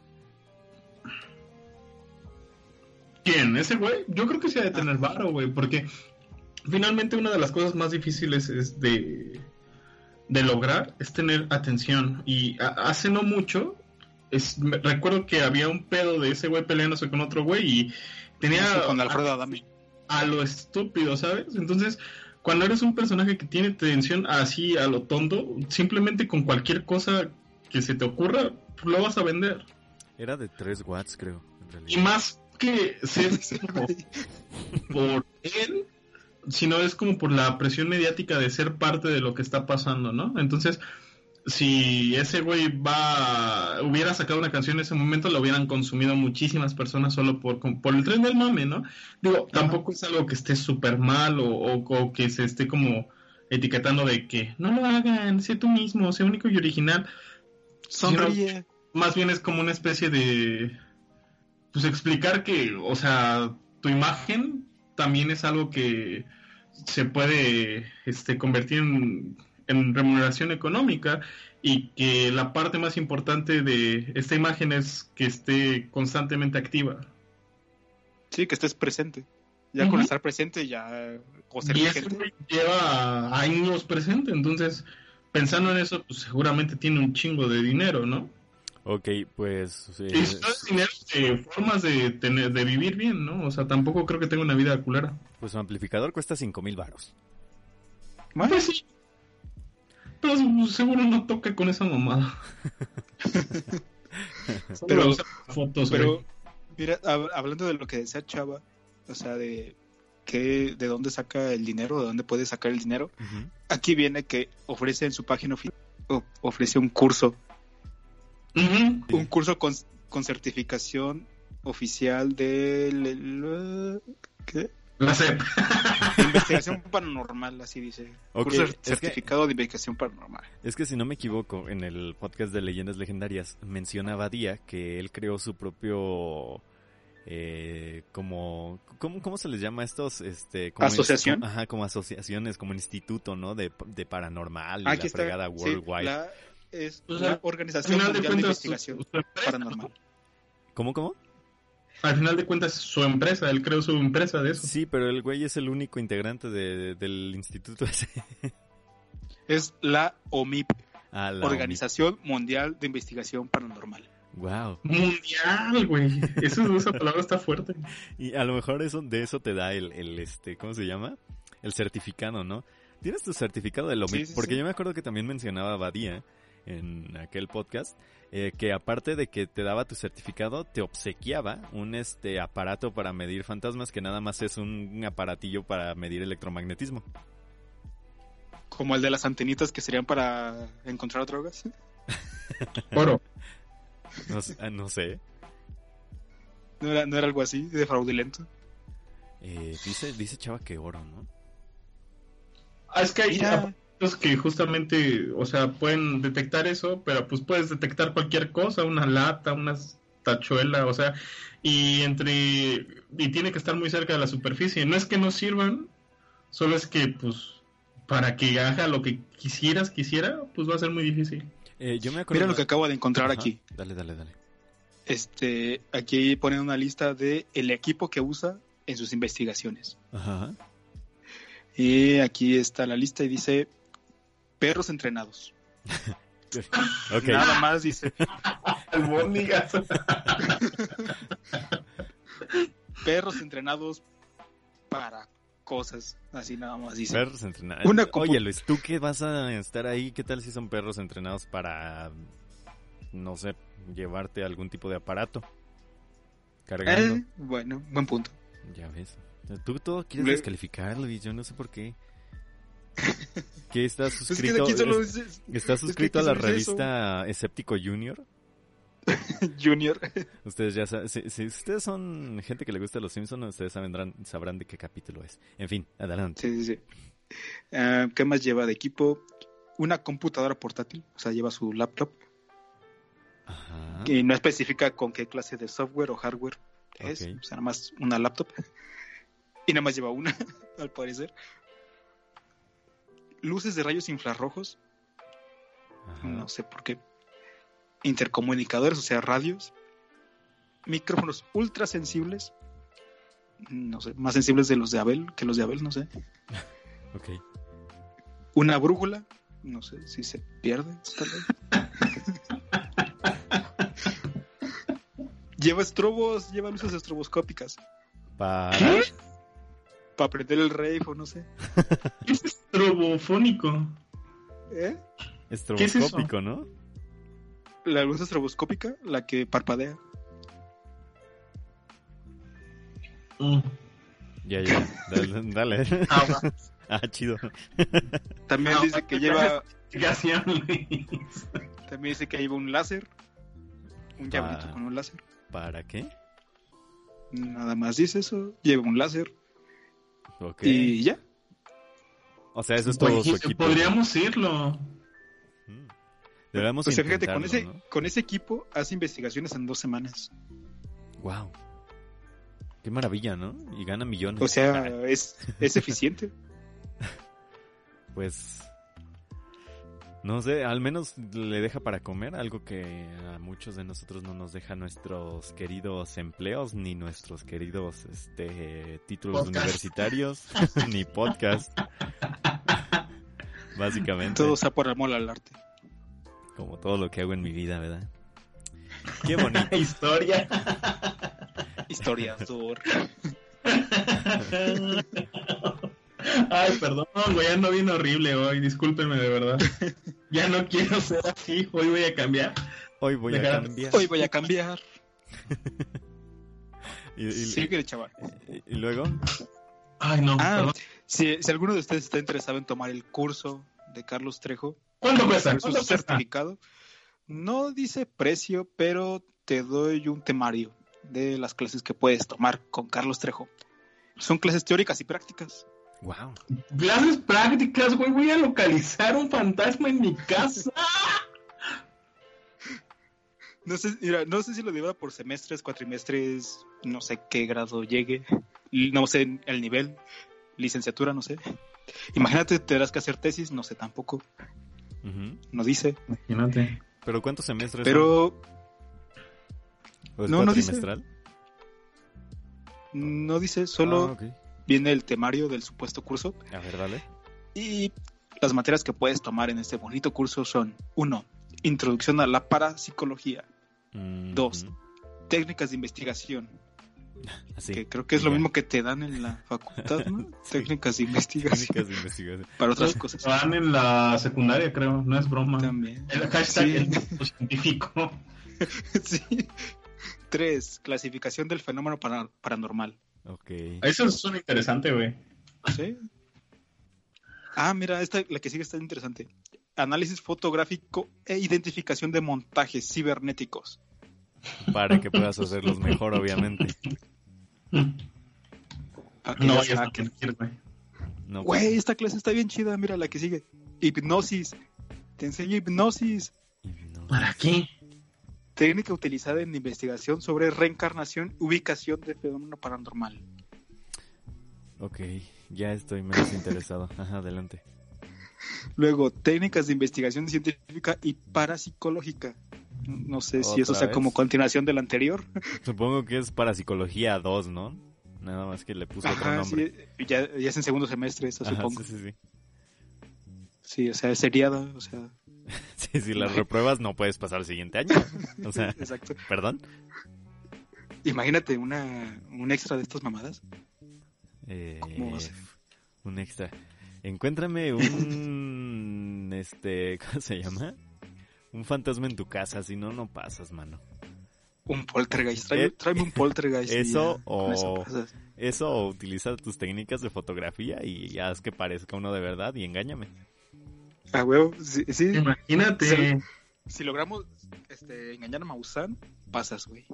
¿Quién? ¿Ese güey? Yo creo que sí ha de tener varo, güey, porque finalmente una de las cosas más difíciles es de lograr es tener atención. Y hace no mucho, recuerdo que había un pedo de ese güey peleándose con otro güey y tenía... Sí, con Alfredo Adame. A lo estúpido, ¿sabes? Entonces, cuando eres un personaje que tiene atención así a lo tonto, simplemente con cualquier cosa que se te ocurra, lo vas a vender. Era de 3 watts, creo, en Y realidad. más que ser por él, sino es como por la presión mediática de ser parte de lo que está pasando, ¿no? Entonces, si ese güey hubiera sacado una canción en ese momento, la hubieran consumido muchísimas personas solo por el tren del mame, ¿no? Digo, tampoco es algo que esté súper mal o que se esté como etiquetando de que no lo hagan, sé tú mismo, sé único y original. Sonríe. Más bien es como una especie de pues explicar que, o sea, tu imagen también es algo que se puede convertir en remuneración económica y que la parte más importante de esta imagen es que esté constantemente activa. Sí, que estés presente. Ya Ujú. con estar presente ya o ser Y ese vigente. güey lleva años presente, entonces pensando en eso, pues seguramente tiene un chingo de dinero, ¿no? Ok, pues... Y todo es dinero de formas de vivir bien, ¿no? O sea, tampoco creo que tenga una vida culera. pues su amplificador cuesta 5,000 varos. Bueno, Pues sí. Pero seguro no toca con esa mamada. Pero- fotos, pero güey. mira, hablando de lo que decía Chava, o sea, de dónde saca el dinero, de dónde puede sacar el dinero. Ujú. Aquí viene que ofrece en su página oficial, ofrece un curso. Ujú. Sí. Un curso con certificación oficial del ¿qué? La SEP. De investigación paranormal, así dice. Okay, Curso certificado de investigación paranormal. Es que si no me equivoco, en el podcast de Leyendas Legendarias menciona Badía que él creó su propio... ¿Cómo se les llama a estos? Como ¿Asociación? Como asociaciones, como instituto, ¿no? De paranormal y Aquí la está, fregada worldwide. Es O sea, la Organización al final de Mundial de cuentas, Investigación su empresa, Paranormal. ¿Cómo? Al final de cuentas, su empresa, él creó su empresa de eso. Sí, pero el güey es el único integrante del instituto ese. Es la OMIP, La Organización Mundial de Investigación Paranormal. Wow. Mundial, güey. Esa palabra está fuerte. Y a lo mejor de eso te da el ¿cómo se llama? El certificado, ¿no? ¿Tienes tu certificado de OMIP? Sí, Porque sí. yo me acuerdo que también mencionaba Badía en aquel podcast, que aparte de que te daba tu certificado, te obsequiaba un aparato para medir fantasmas, que nada más es un aparatillo para medir electromagnetismo. Como el de las antenitas que serían para encontrar drogas. Oro. No sé. ¿No era algo así, de fraudulento? Dice Chava que oro, ¿no? Es que hay Mira. aparatos que justamente, o sea, pueden detectar eso, pero pues puedes detectar cualquier cosa, una lata, una tachuela, o sea, y tiene que estar muy cerca de la superficie. No es que no sirvan, solo es que, pues, para que haga lo que quisiera, pues va a ser muy difícil. Yo me acuerdo... Mira lo que acabo de encontrar aquí. Dale. Aquí ponen una lista de el equipo que usa en sus investigaciones. Ajá. Y aquí está la lista y dice perros entrenados. Okay. Nada más dice Albóndigas. perros entrenados para cosas, así nada más dice. Perros entrenados. Oye, Luis, ¿tú qué vas a estar ahí? ¿Qué tal si son perros entrenados para, no sé, llevarte algún tipo de aparato? Cargando. Bueno, buen punto. Ya ves. Tú todo quieres descalificar, Luis, yo no sé por qué. ¿Qué estás suscrito? ¿Estás suscrito a la revista Escéptico Junior? Junior. Ustedes ya saben, si ustedes son gente que le gusta Los Simpsons, ustedes sabrán de qué capítulo es. En fin, adelante. Sí. ¿Qué más lleva de equipo? Una computadora portátil, o sea, lleva su laptop. Ajá. Y no especifica con qué clase de software o hardware es, Okay. o sea, nada más una laptop. Y nada más lleva una, al parecer. Luces de rayos infrarrojos, Ajá. no sé por qué. Intercomunicadores, o sea, radios. Micrófonos ultra sensibles, no sé, más sensibles de los de Abel, no sé. Ok. Una brújula, no sé si se pierde, tal vez. Lleva luces estroboscópicas. ¿Qué? Para prender el rave o no sé. Es estrobofónico. ¿Eh? Estroboscópico, ¿no? La luz estroboscópica, la que parpadea. Ya. Dale. Chido. También dice que lleva. Luis. También dice que lleva un láser. Un llaverito con un láser. ¿Para qué? Nada más dice eso. Lleva un láser. Ok. Y ya. O sea, eso es todo su equipo. Podríamos irlo. Deberíamos O sea, fíjate, intentarlo, con ese equipo hace investigaciones en 2 semanas. Wow. Qué maravilla, ¿no? Y gana millones. O sea, es eficiente. Pues no sé, al menos le deja para comer, algo que a muchos de nosotros no nos deja nuestros queridos empleos, ni nuestros queridos títulos universitarios, ni podcast. Básicamente. Todo sea por amor al arte. Como todo lo que hago en mi vida, ¿verdad? Qué bonita historia. Historiador. Ay, perdón, güey, ando bien horrible hoy, discúlpenme de verdad. Ya no quiero ser así, hoy voy a cambiar. Hoy voy a cambiar. Sigue, chaval. ¿Y luego? Ay, no, perdón. Si alguno de ustedes está interesado en tomar el curso de Carlos Trejo, ¿cuánto cuesta? Su certificado. No dice precio, pero te doy un temario de las clases que puedes tomar con Carlos Trejo. Son clases teóricas y prácticas. Wow. Clases prácticas, güey. Voy a localizar un fantasma en mi casa. No sé si lo divido por semestres, cuatrimestres, no sé qué grado llegue, no sé el nivel, licenciatura, no sé. Imagínate, tendrás que hacer tesis, no sé tampoco. Uh-huh. No dice. Imagínate. ¿Pero cuántos semestres Pero son? ¿O es no dice. cuatrimestral? No dice, solo okay. Viene el temario del supuesto curso. A ver, dale. Y las materias que puedes tomar en este bonito curso son: 1. Introducción a la parapsicología. 2. Técnicas de investigación. Así, que creo que es lo mismo que te dan en la facultad, ¿no? Sí. Técnicas de investigación. Técnicas de investigación. Para otras cosas. Van en la secundaria, creo. No es broma. También. El hashtag es científico. Sí. 3. Clasificación del fenómeno paranormal. Ok. Eso suena interesante, güey. Sí. Ah, mira, la que sigue está interesante. Análisis fotográfico e identificación de montajes cibernéticos. Para que puedas hacerlos mejor, obviamente. No vayas a mentir, güey. No, güey, esta clase está bien chida. Mira la que sigue. Hipnosis. Te enseño hipnosis. ¿Para qué? Técnica utilizada en investigación sobre reencarnación, ubicación de fenómeno paranormal. Ok, ya estoy menos interesado. Ajá, adelante. Luego, técnicas de investigación científica y parapsicológica. No sé si eso sea como continuación del anterior. Supongo que es parapsicología 2, ¿no? Nada más que le puso otro nombre. Sí, ya es en segundo semestre, eso supongo. Sí. Sí, o sea, es seriada, o sea... Sí, si las repruebas no puedes pasar al siguiente año. O sea, exacto. ¿Perdón? Imagínate un extra de estas mamadas. ¿Cómo va a ser? Un extra. Encuéntrame un... ¿cómo se llama? Un fantasma en tu casa, si no, no pasas, mano. Un poltergeist. Tráeme un poltergeist. Eso o utiliza tus técnicas de fotografía y haz que parezca uno de verdad y engáñame. Ah, huevo, sí. Imagínate. Si logramos engañar a Maussan, pasas, güey.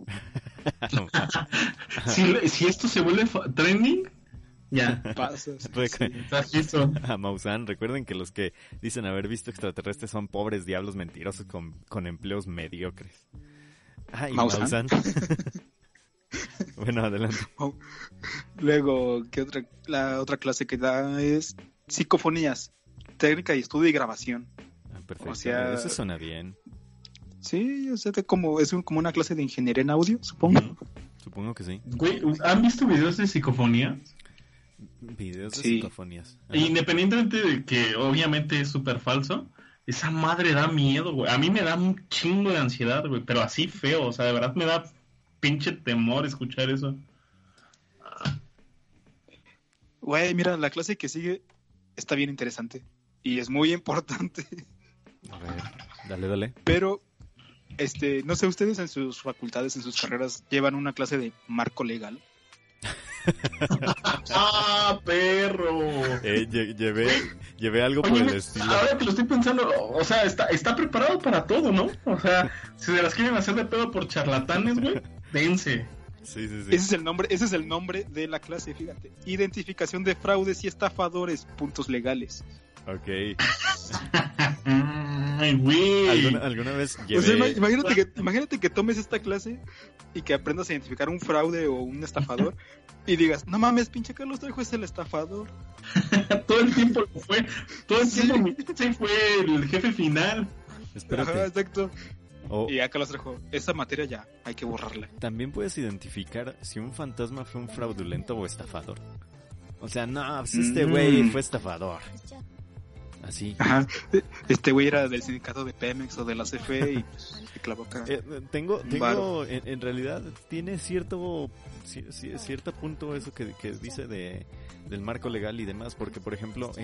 si esto se vuelve trending, ya. Pasas. A Maussan, recuerden que los que dicen haber visto extraterrestres son pobres diablos mentirosos con empleos mediocres. Ay, Maussan. Bueno, adelante. Luego, la otra clase que da es psicofonías. Técnica de estudio y grabación. Perfecto. O sea, eso suena bien. Sí, o sea, es como una clase de ingeniería en audio, supongo. Supongo que sí. Güey, ¿han visto videos de psicofonía? Videos de psicofonías. Ajá. Independientemente de que obviamente es súper falso, esa madre da miedo, güey. A mí me da un chingo de ansiedad, güey, pero así feo, o sea, de verdad me da pinche temor escuchar eso. Güey, mira, la clase que sigue está bien interesante. Y es muy importante. A ver, dale. Pero, no sé, ustedes en sus facultades, en sus carreras, llevan una clase de marco legal. ¡Ah, perro! Llevé algo por el estilo. Ahora que lo estoy pensando, o sea, está preparado para todo, ¿no? O sea, si se las quieren hacer de pedo por charlatanes, güey, dense. Sí. Ese es el nombre de la clase, fíjate. Identificación de fraudes y estafadores, puntos legales. Ok. Ay, güey. ¿Alguna vez llevé... O sea, imagínate que tomes esta clase y que aprendas a identificar un fraude o un estafador y digas, no mames, pinche Carlos Trejo es el estafador. Todo el tiempo lo fue. Todo el tiempo mi jefe fue el jefe final. Espérate. Ajá, exacto. Y acá Carlos Trejo, esa materia ya hay que borrarla. También puedes identificar si un fantasma fue un fraudulento o estafador. O sea, no, pues este güey fue estafador. Así. Ajá. Este güey era del sindicato de Pemex o de la CFE y se clavó acá. Tengo en realidad tiene cierto punto eso que dice del marco legal y demás, porque por ejemplo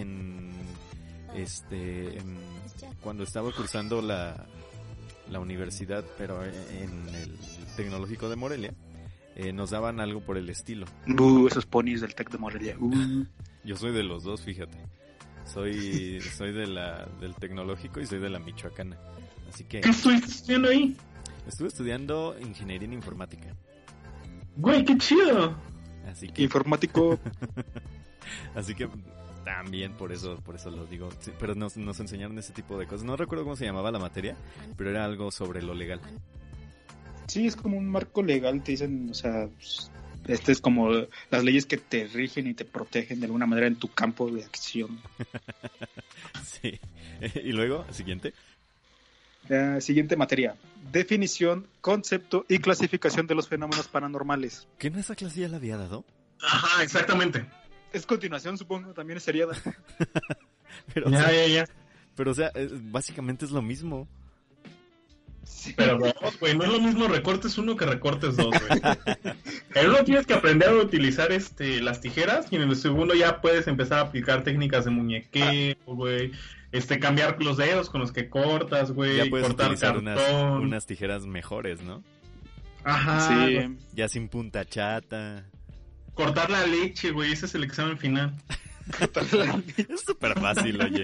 cuando estaba cursando la universidad, pero en el Tecnológico de Morelia, nos daban algo por el estilo. Esos ponis del Tec de Morelia. Yo soy de los dos, fíjate. Soy del Tecnológico y soy de la Michoacana. Así que... ¿Qué estuviste estudiando ahí? Estuve estudiando Ingeniería en Informática. Güey, qué chido. Así que... Informático. Así que también por eso lo digo. Sí, pero nos enseñaron ese tipo de cosas. No recuerdo cómo se llamaba la materia, pero era algo sobre lo legal. Sí, es como un marco legal, te dicen, o sea, pues, este es como las leyes que te rigen y te protegen de alguna manera en tu campo de acción. Sí. Y luego, siguiente. Siguiente materia. Definición, concepto y clasificación de los fenómenos paranormales. ¿Qué no esa clase ya la había dado? Ajá, exactamente. Es continuación, supongo, también sería. Pero, Ya. Pero, o sea, básicamente es lo mismo. Sí. Pero no, güey, no es lo mismo recortes uno que recortes dos, güey. En uno tienes que aprender a utilizar las tijeras y en el segundo ya puedes empezar a aplicar técnicas de muñequeo, güey. Cambiar los dedos con los que cortas, güey. Ya puedes cortar utilizar cartón. unas tijeras mejores, ¿no? Ajá. Sí. Ya sin punta chata. Cortar la leche, güey, ese es el examen final. Es súper fácil, oye.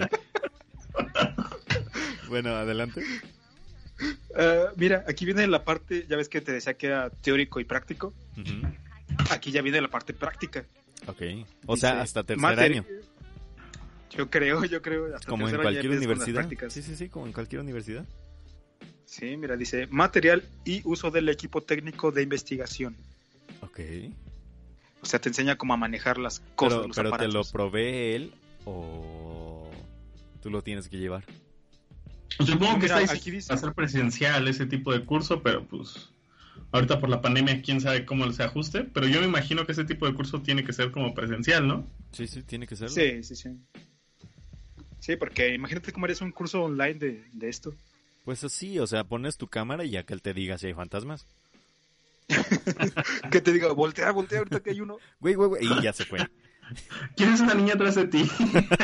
Bueno, adelante. Mira, aquí viene la parte, ya ves que te decía que era teórico y práctico. Uh-huh. Aquí ya viene la parte práctica. Ok. O sea, Dice, hasta tercer año. Yo creo. Hasta Como en tercer año cualquier empiezas con las universidad. prácticas. Sí, como en cualquier universidad. Sí, mira, dice material y uso del equipo técnico de investigación. Ok. O sea, te enseña cómo a manejar las cosas de los pero aparatos. ¿te lo provee él o tú lo tienes que llevar? Supongo que Mira, está aquí dice- a ser presencial ese tipo de curso, pero pues ahorita por la pandemia quién sabe cómo se ajuste, pero yo me imagino que ese tipo de curso tiene que ser como presencial, ¿no? Sí, tiene que serlo. Sí. Sí, porque imagínate cómo harías un curso online de esto. Pues así, o sea, pones tu cámara y ya que él te diga si hay fantasmas. Que te diga, voltea ahorita que hay uno. Güey, y ya se fue. ¿Quién es una niña atrás de ti?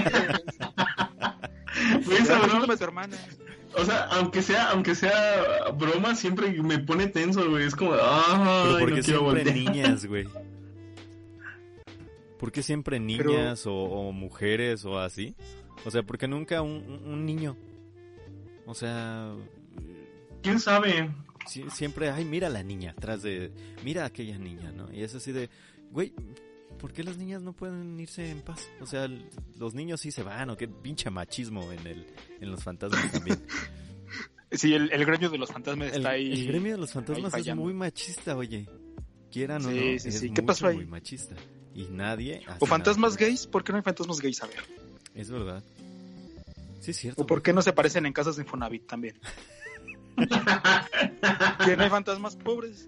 Güey, esa broma, Pregúntame a tu hermana. o sea, aunque sea broma, siempre me pone tenso, güey. Es como, Pero ay, ¿por qué no quiero siempre voltear. niñas, güey? ¿Por qué siempre niñas o mujeres o así? O sea, ¿por qué nunca un niño? O sea, ¿Quién sabe? siempre, ay, mira la niña atrás de... Mira a aquella niña, ¿no? Y es así de, güey, ¿por qué las niñas no pueden irse en paz? O sea, los niños sí se van, o qué pinche machismo en los fantasmas también. Sí, el gremio de los fantasmas está ahí. El gremio de los fantasmas ahí es fallando. muy machista, oye. Quieran o Sí, no, sí, es sí. mucho, ¿Qué pasó ahí? muy machista. Y nadie hace ¿O fantasmas nada. gays? ¿Por qué no hay fantasmas gays? A ver. Es verdad. Sí, es cierto. ¿O por qué no se aparecen en casas de Infonavit también? ¿Que no hay fantasmas pobres?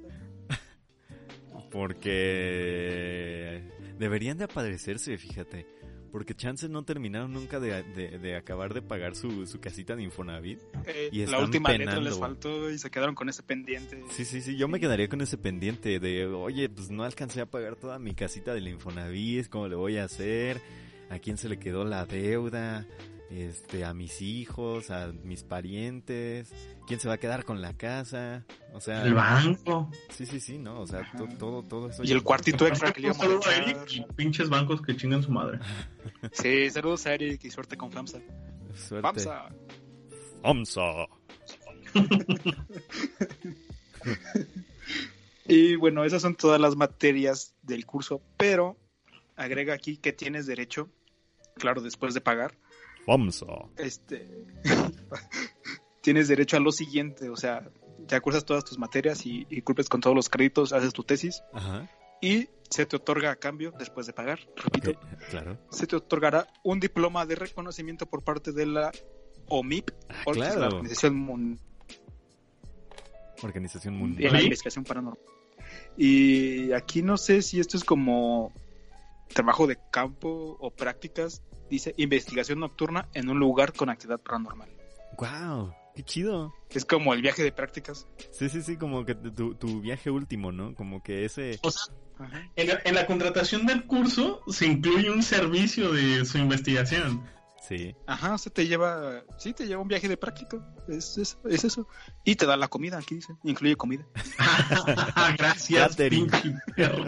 Porque deberían de aparecerse, fíjate. Porque chances no terminaron nunca de acabar de pagar su casita de Infonavit. Y La están última letra penando. les faltó y se quedaron con ese pendiente. Sí, yo me quedaría con ese pendiente de, oye, pues no alcancé a pagar toda mi casita del Infonavit, ¿cómo le voy a hacer? ¿A quién se le quedó la deuda? A mis hijos, a mis parientes, ¿quién se va a quedar con la casa? O sea, El banco. sí, no, o sea, todo eso. Y el cuartito extra que le Un íbamos a saludo a echar. Eric y pinches bancos que chingan su madre. Sí, saludos a Eric y suerte con FAMSA. Suerte. FAMSA. OMSA. Y bueno, esas son todas las materias del curso, pero agrega aquí que tienes derecho, claro, después de pagar, OMSA. tienes derecho a lo siguiente, o sea, ya cursas todas tus materias y cumples con todos los créditos, haces tu tesis Ajá. y se te otorga a cambio, después de pagar, repito, Ok, claro. se te otorgará un diploma de reconocimiento por parte de la OMIP, o que es claro. la Organización Mundial Organización de Mundial. la Investigación Paranormal. Y aquí no sé si esto es como trabajo de campo o prácticas. Dice investigación nocturna en un lugar con actividad paranormal. Wow, qué chido. Es como el viaje de prácticas. Sí, como que tu viaje último, ¿no? Como que ese... O sea, Ajá. en la contratación del curso se incluye un servicio de su investigación. Sí. Ajá, o sea, te lleva un viaje de práctica. Es eso. Y te da la comida, aquí dice. Incluye comida. Gracias, Catering. pinche perro.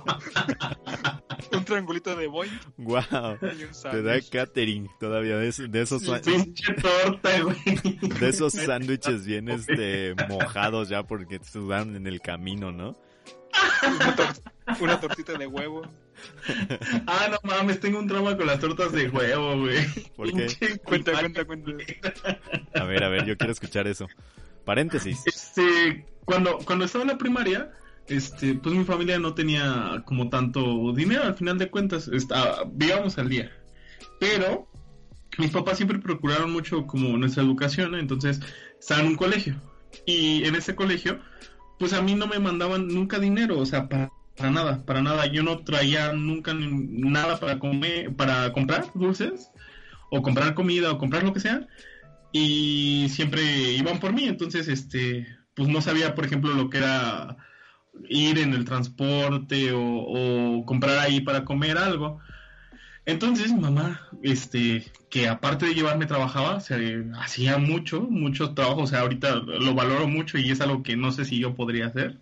Un triangulito de boing Wow. y un Te da sándwich. catering todavía de esos Pinche torta, güey. de esos sándwiches bien mojados ya porque sudaron en el camino, ¿no? Una tortita de huevo. Ah, no mames, tengo un trauma con las tortas de huevo, güey. ¿Por qué? Cuenta. A ver, yo quiero escuchar eso. Paréntesis. Cuando estaba en la primaria, pues mi familia no tenía como tanto dinero, al final de cuentas, vivíamos al día. Pero mis papás siempre procuraron mucho como nuestra educación, entonces estaba en un colegio. Y en ese colegio, pues a mí no me mandaban nunca dinero, o sea, para nada. Yo no traía nunca nada para comer, para comprar dulces, o comprar comida, o comprar lo que sea. Y siempre iban por mí, entonces, pues no sabía, por ejemplo, lo que era ir en el transporte o comprar ahí para comer algo. Entonces, mamá, que aparte de llevarme trabajaba, o sea, hacía mucho trabajo, o sea, ahorita lo valoro mucho y es algo que no sé si yo podría hacer.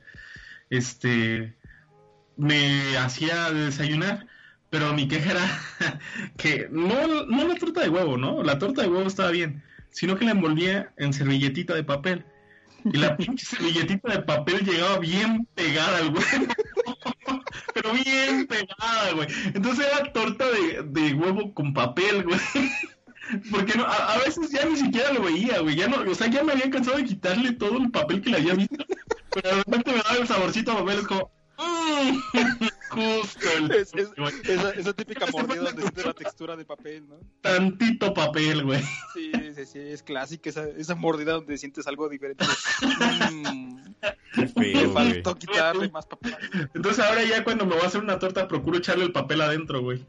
Me hacía desayunar, pero mi queja era que no la torta de huevo, ¿no? La torta de huevo estaba bien, sino que la envolvía en servilletita de papel. Y la pinche servilletita de papel llegaba bien pegada al huevo. Pero bien pegada, güey. Entonces era torta de huevo con papel, güey. Porque no, a veces ya ni siquiera lo veía, güey. Ya no, o sea, ya me había cansado de quitarle todo el papel que le había visto. Pero de repente me daba el saborcito a papel, es como... justo esa típica mordida donde sientes la textura de papel, ¿no? Tantito papel, güey. Sí, es clásica esa mordida donde sientes algo diferente. Qué feo, me faltó quitarle más papel. Entonces ahora ya cuando me voy a hacer una torta procuro echarle el papel adentro, güey.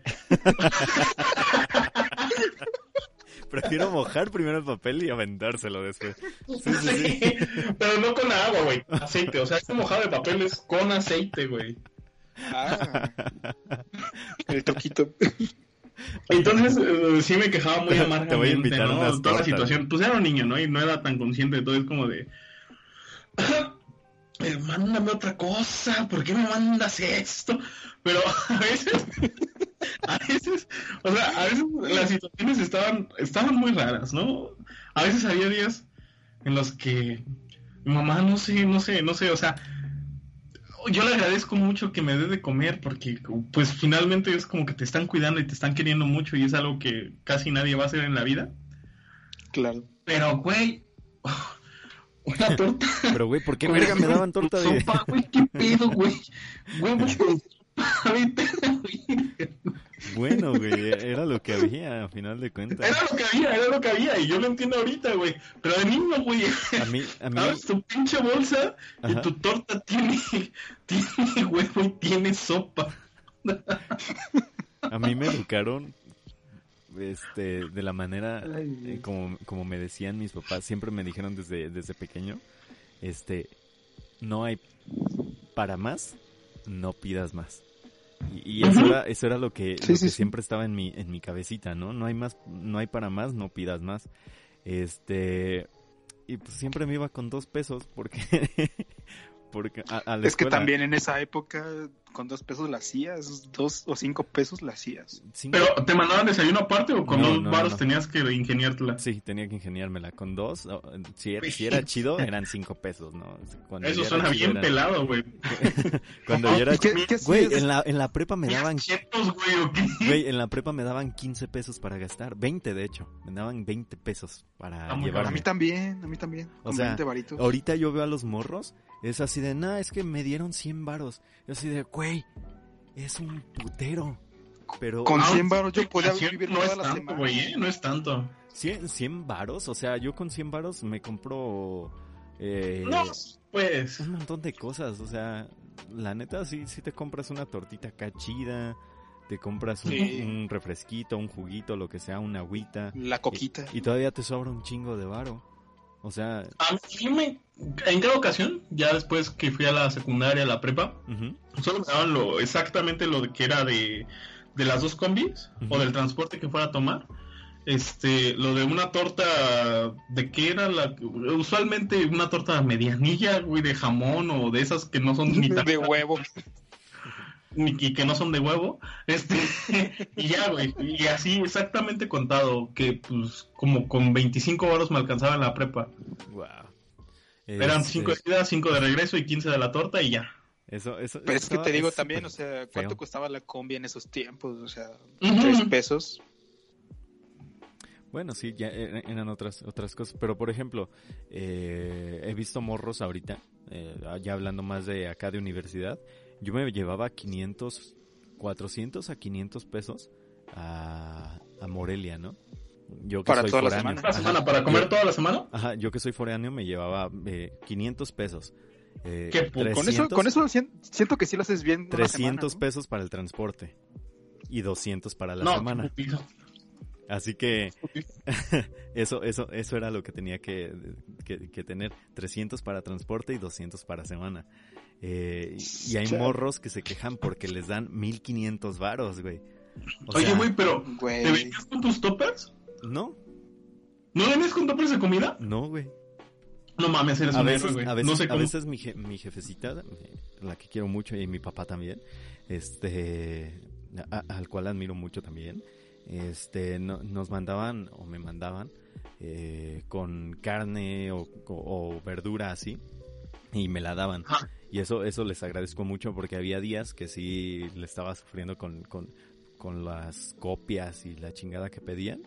Prefiero mojar primero el papel y aventárselo después. Sí. Pero no con agua, güey. Aceite. O sea, este mojado de papel es con aceite, güey. Ah. El truquito. Entonces, sí me quejaba muy amargamente, te voy a invitar, ¿no? unas Toda la tortas. situación. Pues era un niño, ¿no? Y no era tan consciente de todo. Es como de... mándame otra cosa. ¿Por qué me mandas esto? Pero a veces, o sea, a veces las situaciones estaban muy raras, ¿no? A veces había días en los que mi mamá, no sé, o sea, yo le agradezco mucho que me dé de comer porque, pues, finalmente es como que te están cuidando y te están queriendo mucho y es algo que casi nadie va a hacer en la vida. Claro. Pero, güey, una torta. Pero, güey, ¿por qué verga me daban torta de...? Sopa, güey, qué pedo, güey. Huevos con sopa. Bueno, güey, era lo que había, a final de cuentas. Era lo que había, y yo lo entiendo ahorita, güey. Pero de niño, güey. A mí... ¿Sabes? Tu pinche bolsa. Ajá. Y tu torta tiene huevo y tiene sopa. A mí me educaron de la manera como me decían mis papás, siempre me dijeron desde pequeño, no hay para más, no pidas más. Y eso era lo que siempre estaba en mi cabecita, ¿no? No hay para más, no pidas más. Y pues siempre me iba con 2 pesos porque a la escuela... Es que también en esa época con 2 pesos la hacías, 2 o 5 pesos la hacías. ¿Pero te mandaban desayuno aparte o con 2 varos tenías que ingeniártela? Sí, tenía que ingeniármela. Con 2, si era chido, eran 5 pesos, ¿no? Cuando eso suena bien pelado, güey. Cuando yo era chido... Güey, en la prepa me daban... Güey, en la prepa me daban 15 pesos para gastar. 20, de hecho. Me daban 20 pesos para llevarme. A mí también. O sea, ahorita yo veo a los morros, es así de, es que me dieron 100 varos. Yo así de, güey, es un putero. Pero con 100 varos yo podía vivir toda la semana. Güey, no es tanto. 100 varos, o sea, yo con 100 varos me compro pues un montón de cosas, o sea, la neta sí te compras una tortita acá chida, te compras un refresquito, un juguito, lo que sea, una agüita, la coquita, y todavía te sobra un chingo de varo. O sea, a mí en cada ocasión, ya después que fui a la secundaria, a la prepa, solo me daban exactamente lo que era de las 2 combis, o del transporte que fuera a tomar. Lo de una torta, ¿de qué era? Usualmente una torta medianilla, güey, de jamón, o de esas que no son ni de huevo. Y que no son de huevo, y ya, güey, y así exactamente contado, que pues como con 25 varos me alcanzaba en la prepa. Wow. Eran 5 de ida, 5 de regreso y 15 de la torta y ya. Eso Pero es que te digo también, o sea, ¿cuánto costaba la combi en esos tiempos? O sea, 3 pesos. Bueno, sí, ya eran otras cosas. Pero, por ejemplo, he visto morros ahorita, ya hablando más de acá de universidad. Yo me llevaba 400 a 500 pesos a Morelia, ¿no? Yo que ¿Para soy toda foráneo, la semana? ¿Para comer toda la semana? Ajá, yo que soy foráneo me llevaba 500 pesos. ¿Qué poco? 300, con eso siento que sí lo haces bien. 300 pesos para el transporte y 200 para la semana. Así que eso era lo que tenía que tener, 300 para transporte y 200 para semana. Y hay morros que se quejan porque les dan 1,500 varos, güey. Oye, güey, pero ¿te venías con tus toppers? No. ¿No venías con toppers de comida? No, güey. No mames, eres un héroe, güey. A veces, no sé cómo. A veces mi jefecita, la que quiero mucho, y mi papá también, al cual admiro mucho también, nos mandaban o me mandaban con carne o verdura así, y me la daban. Y eso les agradezco mucho porque había días que sí le estaba sufriendo con las copias y la chingada que pedían.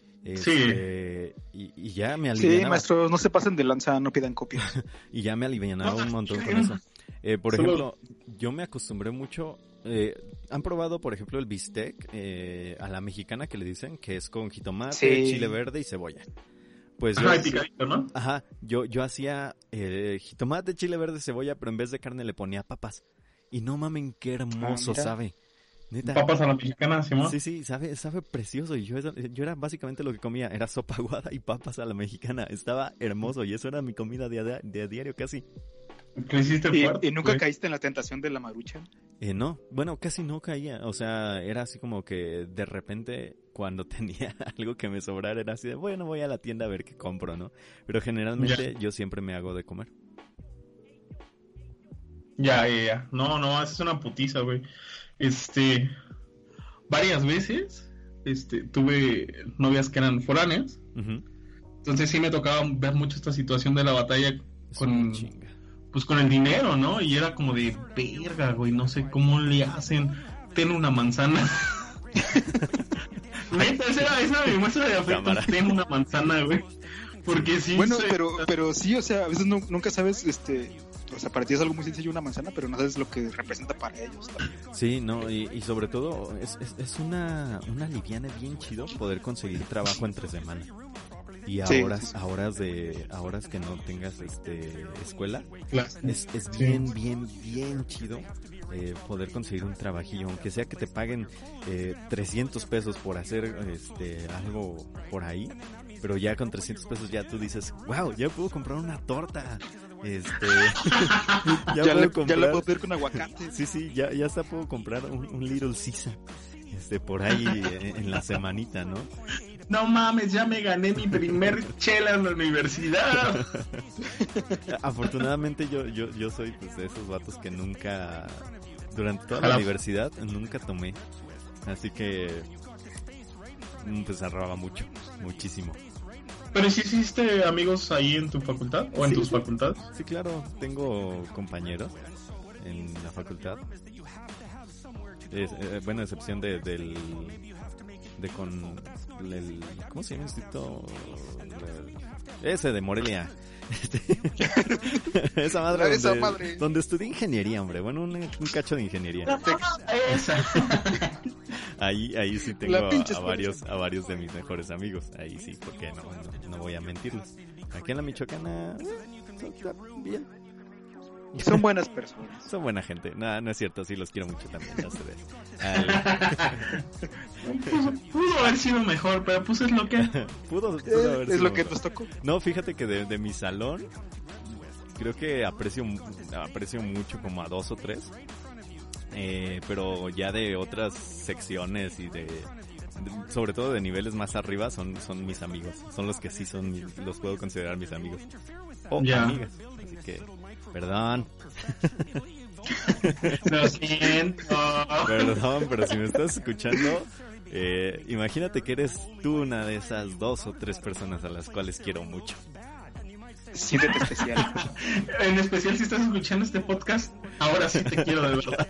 Y ya me alivianaba. Sí, maestros, no se pasen de lanza, no pidan copias. Y ya me alivianaba un montón con eso. Por ejemplo, yo me acostumbré mucho. ¿Han probado, por ejemplo, el bistec a la mexicana que le dicen? Que es con jitomate, chile verde y cebolla. Pues yo, picadito, ¿no? Ajá, yo hacía jitomate, chile verde, cebolla, pero en vez de carne le ponía papas. Y no mamen, qué hermoso sabe. Neta. Papas a la mexicana, Simón. Sí, sabe precioso. Y yo era básicamente lo que comía, era sopa aguada y papas a la mexicana. Estaba hermoso y eso era mi comida de diario casi. ¿Creciste fuerte? ¿Y nunca caíste en la tentación de la Maruchan? No, bueno, casi no caía. O sea, era así como que de repente cuando tenía algo que me sobrara era así de, bueno, voy a la tienda a ver qué compro, ¿no? Pero generalmente yo siempre me hago de comer. Ya. No, esa es una putiza, güey. Varias veces, tuve novias que eran foráneas. Uh-huh. Entonces sí me tocaba ver mucho esta situación de la batalla con el dinero, ¿no? Y era como de verga, güey, no sé cómo le hacen. Ten una manzana. Neta, esa era mi muestra de afecto. Cámara. Ten una manzana, güey. Porque sí. Bueno, pero sí, o sea, a veces nunca sabes, o sea, para ti es algo muy sencillo una manzana, pero no sabes lo que representa para ellos también. Sí, no, y sobre todo es una liviana bien chido poder conseguir trabajo entre semana. Y a horas que no tengas escuela, es bien chido poder conseguir un trabajillo, aunque sea que te paguen 300 pesos por hacer algo por ahí, pero ya con 300 pesos ya tú dices, wow, ya puedo comprar una torta. ya la puedo pedir con aguacate. Sí, ya hasta puedo comprar un Little Caesar por ahí en la semanita, ¿no? No mames, ya me gané mi primer chela en la universidad. Afortunadamente yo soy pues, de esos vatos que nunca, durante toda la universidad, nunca tomé. Así que pues ahorraba muchísimo. ¿Pero si hiciste amigos ahí en tu facultad o en tus facultades? Sí, claro, tengo compañeros en la facultad. Bueno, a excepción ¿cómo se llama el instituto? Ese de Morelia. Esa madre. Donde estudié ingeniería, hombre. Bueno, un cacho de ingeniería. Ahí sí tengo a varios de mis mejores amigos. Ahí sí, porque no voy a mentirles. Aquí en la Michoacana está bien. Son buenas personas. Son buena gente. No es cierto, sí los quiero mucho también. Ya se ve. Pudo haber sido mejor, pero pues es lo que... Pudo haber sido es lo que nos tocó. No, fíjate que de mi salón creo que aprecio mucho como a 2 o 3. Pero ya de otras secciones y sobre todo de niveles más arriba son mis amigos. Son los que sí los puedo considerar mis amigos. O amigas. Así que, perdón. Lo siento. Perdón, pero si me estás escuchando, imagínate que eres tú una de esas 2 o 3 personas a las cuales quiero mucho. Siéntete especial. En especial si estás escuchando este podcast, ahora sí te quiero de verdad.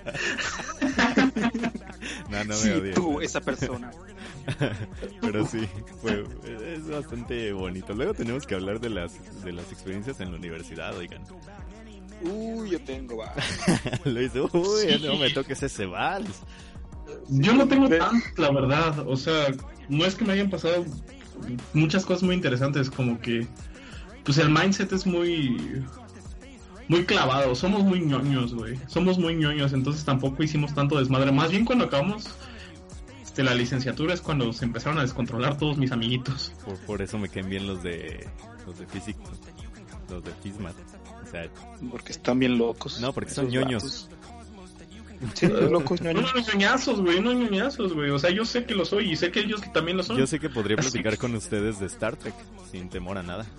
No me Sí, odies. tú, esa persona. Pero sí, es bastante bonito. Luego tenemos que hablar de las experiencias en la universidad, oigan. Yo tengo, va. Luis, no me toques ese vals. Yo no tengo tanto, la verdad. O sea, no es que me hayan pasado muchas cosas muy interesantes, como que pues el mindset es muy clavado. Somos muy ñoños, güey. Somos muy ñoños, entonces tampoco hicimos tanto desmadre. Más bien cuando acabamos la licenciatura es cuando se empezaron a descontrolar todos mis amiguitos. Por eso me caen bien los de físico, los de Fismat. O sea, porque están bien locos. No, porque son ñoños. Sí, locos ñoños. No ñoñazos, güey. O sea, yo sé que lo soy y sé que ellos que también lo son. Yo sé que podría platicar con ustedes de Star Trek sin temor a nada.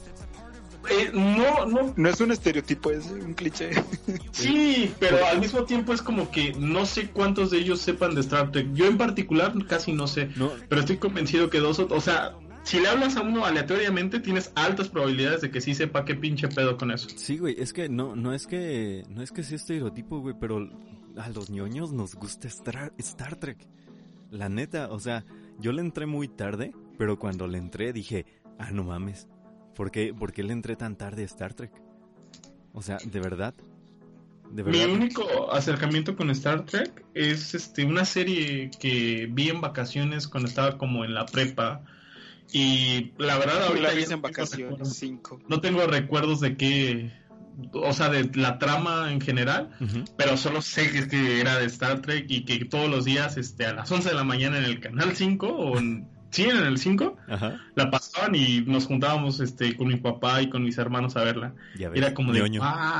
No es un estereotipo, es un cliché. Sí, pero al mismo tiempo es como que no sé cuántos de ellos sepan de Star Trek. Yo en particular casi no sé, pero estoy convencido que o sea, si le hablas a uno aleatoriamente tienes altas probabilidades de que sí sepa qué pinche pedo con eso. Sí, güey, es que no es que sea estereotipo, güey, pero a los ñoños nos gusta Star Trek. La neta, o sea, yo le entré muy tarde, pero cuando le entré dije, no mames. ¿Por qué le entré tan tarde a Star Trek? O sea, ¿de verdad? Mi único acercamiento con Star Trek es una serie que vi en vacaciones cuando estaba como en la prepa. Y la verdad ahorita la vi en vacaciones 5. No tengo recuerdos de qué, o sea, de la trama en general, pero solo sé que era de Star Trek y que todos los días a las 11 de la mañana en el canal 5 o en el 5, la pasaban y nos juntábamos con mi papá y con mis hermanos a verla. Era como de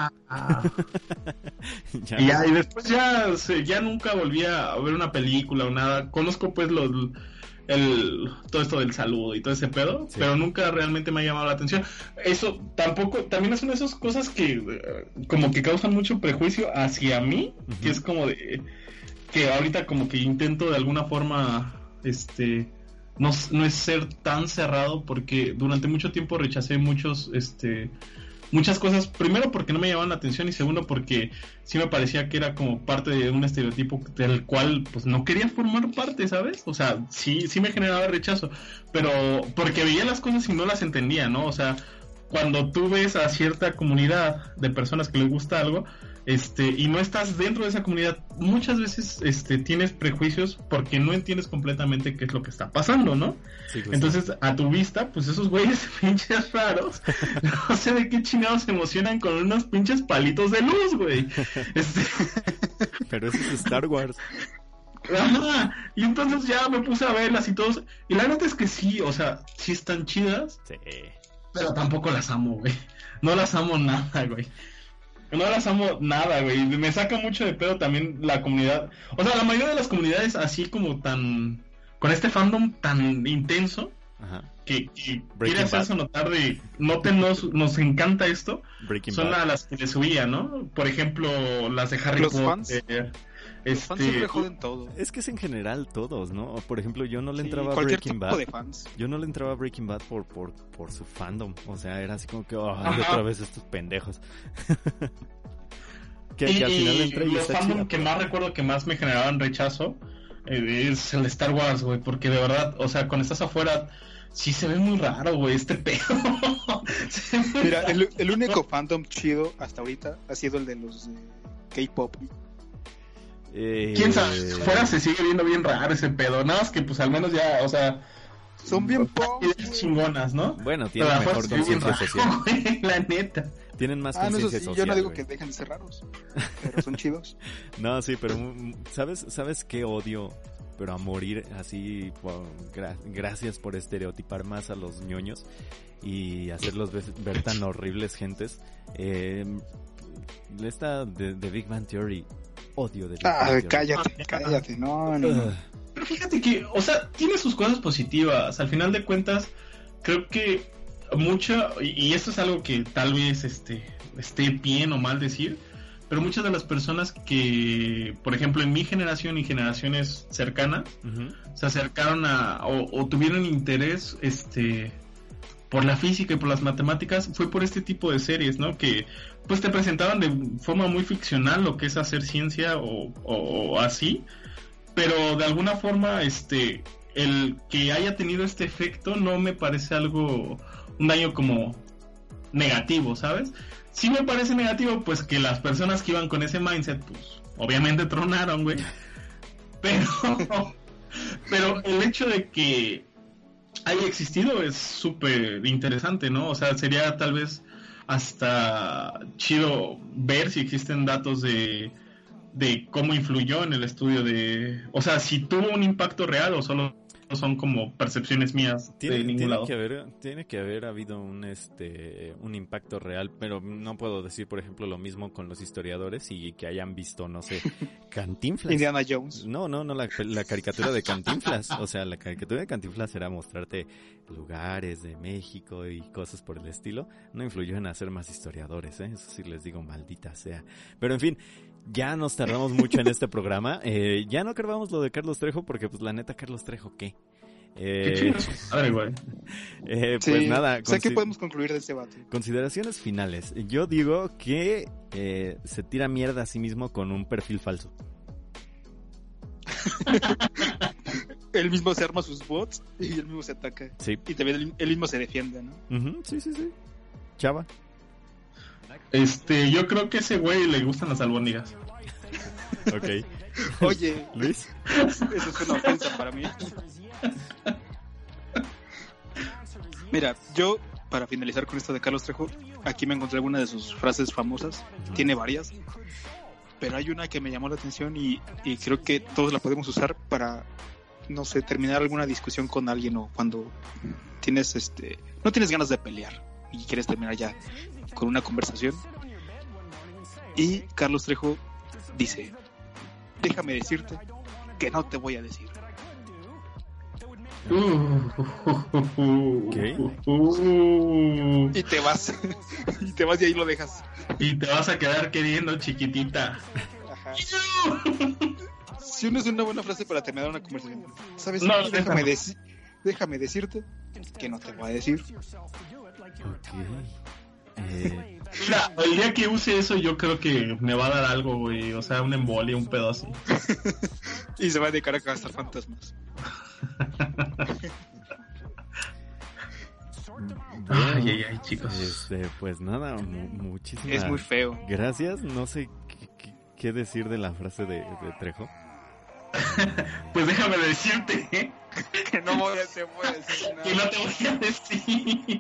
y después ya nunca volví a ver una película o nada. Conozco pues todo esto del saludo y todo ese pedo, pero nunca realmente me ha llamado la atención. Eso también es una de esas cosas que como que causan mucho prejuicio hacia mí, que es como de que ahorita como que intento de alguna forma no es ser tan cerrado, porque durante mucho tiempo rechacé muchas cosas, primero porque no me llamaban la atención y segundo porque sí me parecía que era como parte de un estereotipo del cual pues no quería formar parte, ¿sabes? O sea, sí me generaba rechazo, pero porque veía las cosas y no las entendía, ¿no? O sea, cuando tú ves a cierta comunidad de personas que les gusta algo, y no estás dentro de esa comunidad, muchas veces tienes prejuicios porque no entiendes completamente qué es lo que está pasando, ¿no? Sí, pues entonces, a tu vista, pues esos güeyes pinches raros, no sé de qué chingados se emocionan con unos pinches palitos de luz, güey. Pero eso es Star Wars. Ajá, y entonces ya me puse a verlas y todos, y la neta es que sí, o sea, sí están chidas, sí, pero tampoco las amo, güey. No las amo nada, güey. No las amo nada, güey. Me saca mucho de pedo también la comunidad. O sea, la mayoría de las comunidades así como tan... con este fandom tan intenso, que quiere hacerse notar de... nos encanta esto. Son a las que le subía, ¿no? Por ejemplo, las de Harry Potter. Fans. Los fans siempre joden todo. Es que es en general todos, ¿no? Por ejemplo, yo no le entraba a Breaking Bad. Yo no le entraba a Breaking Bad por su fandom. O sea, era así como que, otra vez estos pendejos. que al final entré y los fandom que más recuerdo que más me generaban rechazo es el Star Wars, güey. Porque de verdad, o sea, cuando estás afuera... sí se ve muy raro, güey, este pedo. Mira, el único fandom chido hasta ahorita ha sido el de los K-pop. Quién sabe, fuera se sigue viendo bien raro ese pedo, nada más que pues al menos ya, o sea, son bien pop, chingonas, ¿no? Bueno, tienen mejor conciencia social. La neta. Tienen más conciencia social. Yo no digo que dejen de ser raros, pero son chidos. No, sí, pero ¿sabes qué odio? Pero a morir así, gracias por estereotipar más a los ñoños y hacerlos ver tan horribles gentes. Esta de Big Bang Theory, odio de Big Bang Theory. Cállate, no. Pero fíjate que, o sea, tiene sus cosas positivas. Al final de cuentas, creo que y esto es algo que tal vez esté bien o mal decir, pero muchas de las personas que, por ejemplo, en mi generación y generaciones cercanas, se acercaron o tuvieron interés por la física y por las matemáticas, fue por este tipo de series, ¿no? Que pues te presentaban de forma muy ficcional lo que es hacer ciencia o así, pero de alguna forma el que haya tenido este efecto no me parece un daño como negativo, ¿sabes? Sí me parece negativo pues que las personas que iban con ese mindset pues obviamente tronaron, güey. Pero el hecho de que haya existido es súper interesante, ¿no? O sea, sería tal vez hasta chido ver si existen datos de cómo influyó en el estudio o sea, si tuvo un impacto real o solo son como percepciones mías de ningún lado. Tiene que haber habido un impacto real, pero no puedo decir, por ejemplo, lo mismo con los historiadores y que hayan visto, no sé, Cantinflas. Indiana Jones. No, la caricatura de Cantinflas. O sea, la caricatura de Cantinflas era mostrarte lugares de México y cosas por el estilo. No influyó en hacer más historiadores, ¿eh? Eso sí les digo, maldita sea. Pero en fin, ya nos tardamos mucho en este programa. Ya no acabamos lo de Carlos Trejo porque, pues, la neta, Carlos Trejo, ¿qué? Qué chido. Madre, güey. Sí, pues nada. Sé que podemos concluir de este debate. Consideraciones finales. Yo digo que se tira mierda a sí mismo con un perfil falso. Él mismo se arma sus bots y él mismo se ataca. Sí. Y también él mismo se defiende, ¿no? Uh-huh, sí. Chava. Yo creo que a ese güey le gustan las albóndigas. Ok. Oye, Luis. Eso es una ofensa para mí. Mira, yo, para finalizar con esto de Carlos Trejo, aquí me encontré alguna de sus frases famosas. Tiene varias, pero hay una que me llamó la atención y creo que todos la podemos usar para, no sé, terminar alguna discusión con alguien, o cuando tienes no tienes ganas de pelear y quieres terminar ya con una conversación. Y Carlos Trejo dice: déjame decirte que no te voy a decir. ¿Qué? Y te vas y ahí lo dejas. Y te vas a quedar queriendo, chiquitita. Ajá. Si no es una buena frase para terminar una conversación, ¿sabes? No, déjame decirte que no te voy a decir. Mira, el día que use eso yo creo que me va a dar algo, güey. O sea, una embolia, un pedo así. Y se va a dedicar a cazar fantasmas. Ay, chicos. Pues nada, muchísimas es muy feo. Gracias, no sé qué decir de la frase de Trejo. Pues déjame decirte que no te voy a decir nada. Que no te voy a decir.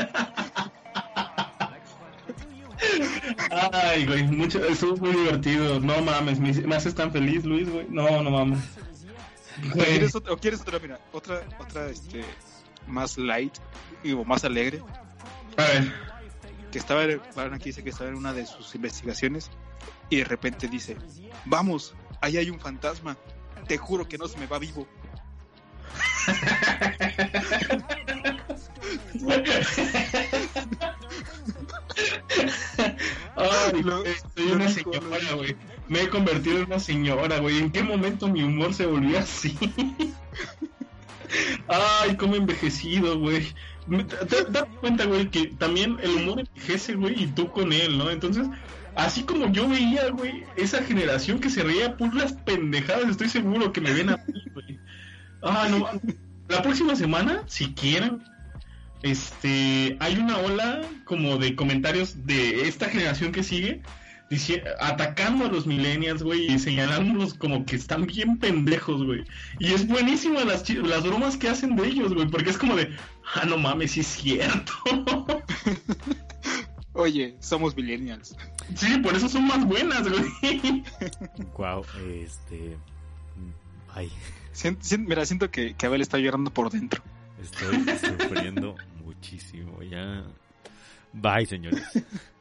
Ay, güey, eso es muy divertido. No mames, me haces tan feliz, Luis, güey. No mames. ¿Quieres otra? Mira, otra más light o más alegre. A ver. Que aquí dice que estaba en una de sus investigaciones y de repente dice: vamos, ahí hay un fantasma, te juro que no se me va vivo. Ay, soy una señora, güey. Me he convertido en una señora, güey. ¿En qué momento mi humor se volvió así? Ay, cómo he envejecido, güey. ¿Te das cuenta, güey, que también el humor envejece, güey, y tú con él, ¿no? Entonces, así como yo veía, güey, esa generación que se reía por las pendejadas, estoy seguro que me ven a mí, güey. Ah, no. La próxima semana, si quieren, hay una ola como de comentarios de esta generación que sigue, atacando a los millennials, güey, y señalándolos como que están bien pendejos, güey. Y es buenísima las bromas que hacen de ellos, güey, porque es como de, no mames, sí es cierto. Oye, somos millennials. Sí, por eso son más buenas, güey. Guau, ay. Mira, siento que Abel está llorando por dentro. Estoy sufriendo muchísimo, ya. Bye, señores.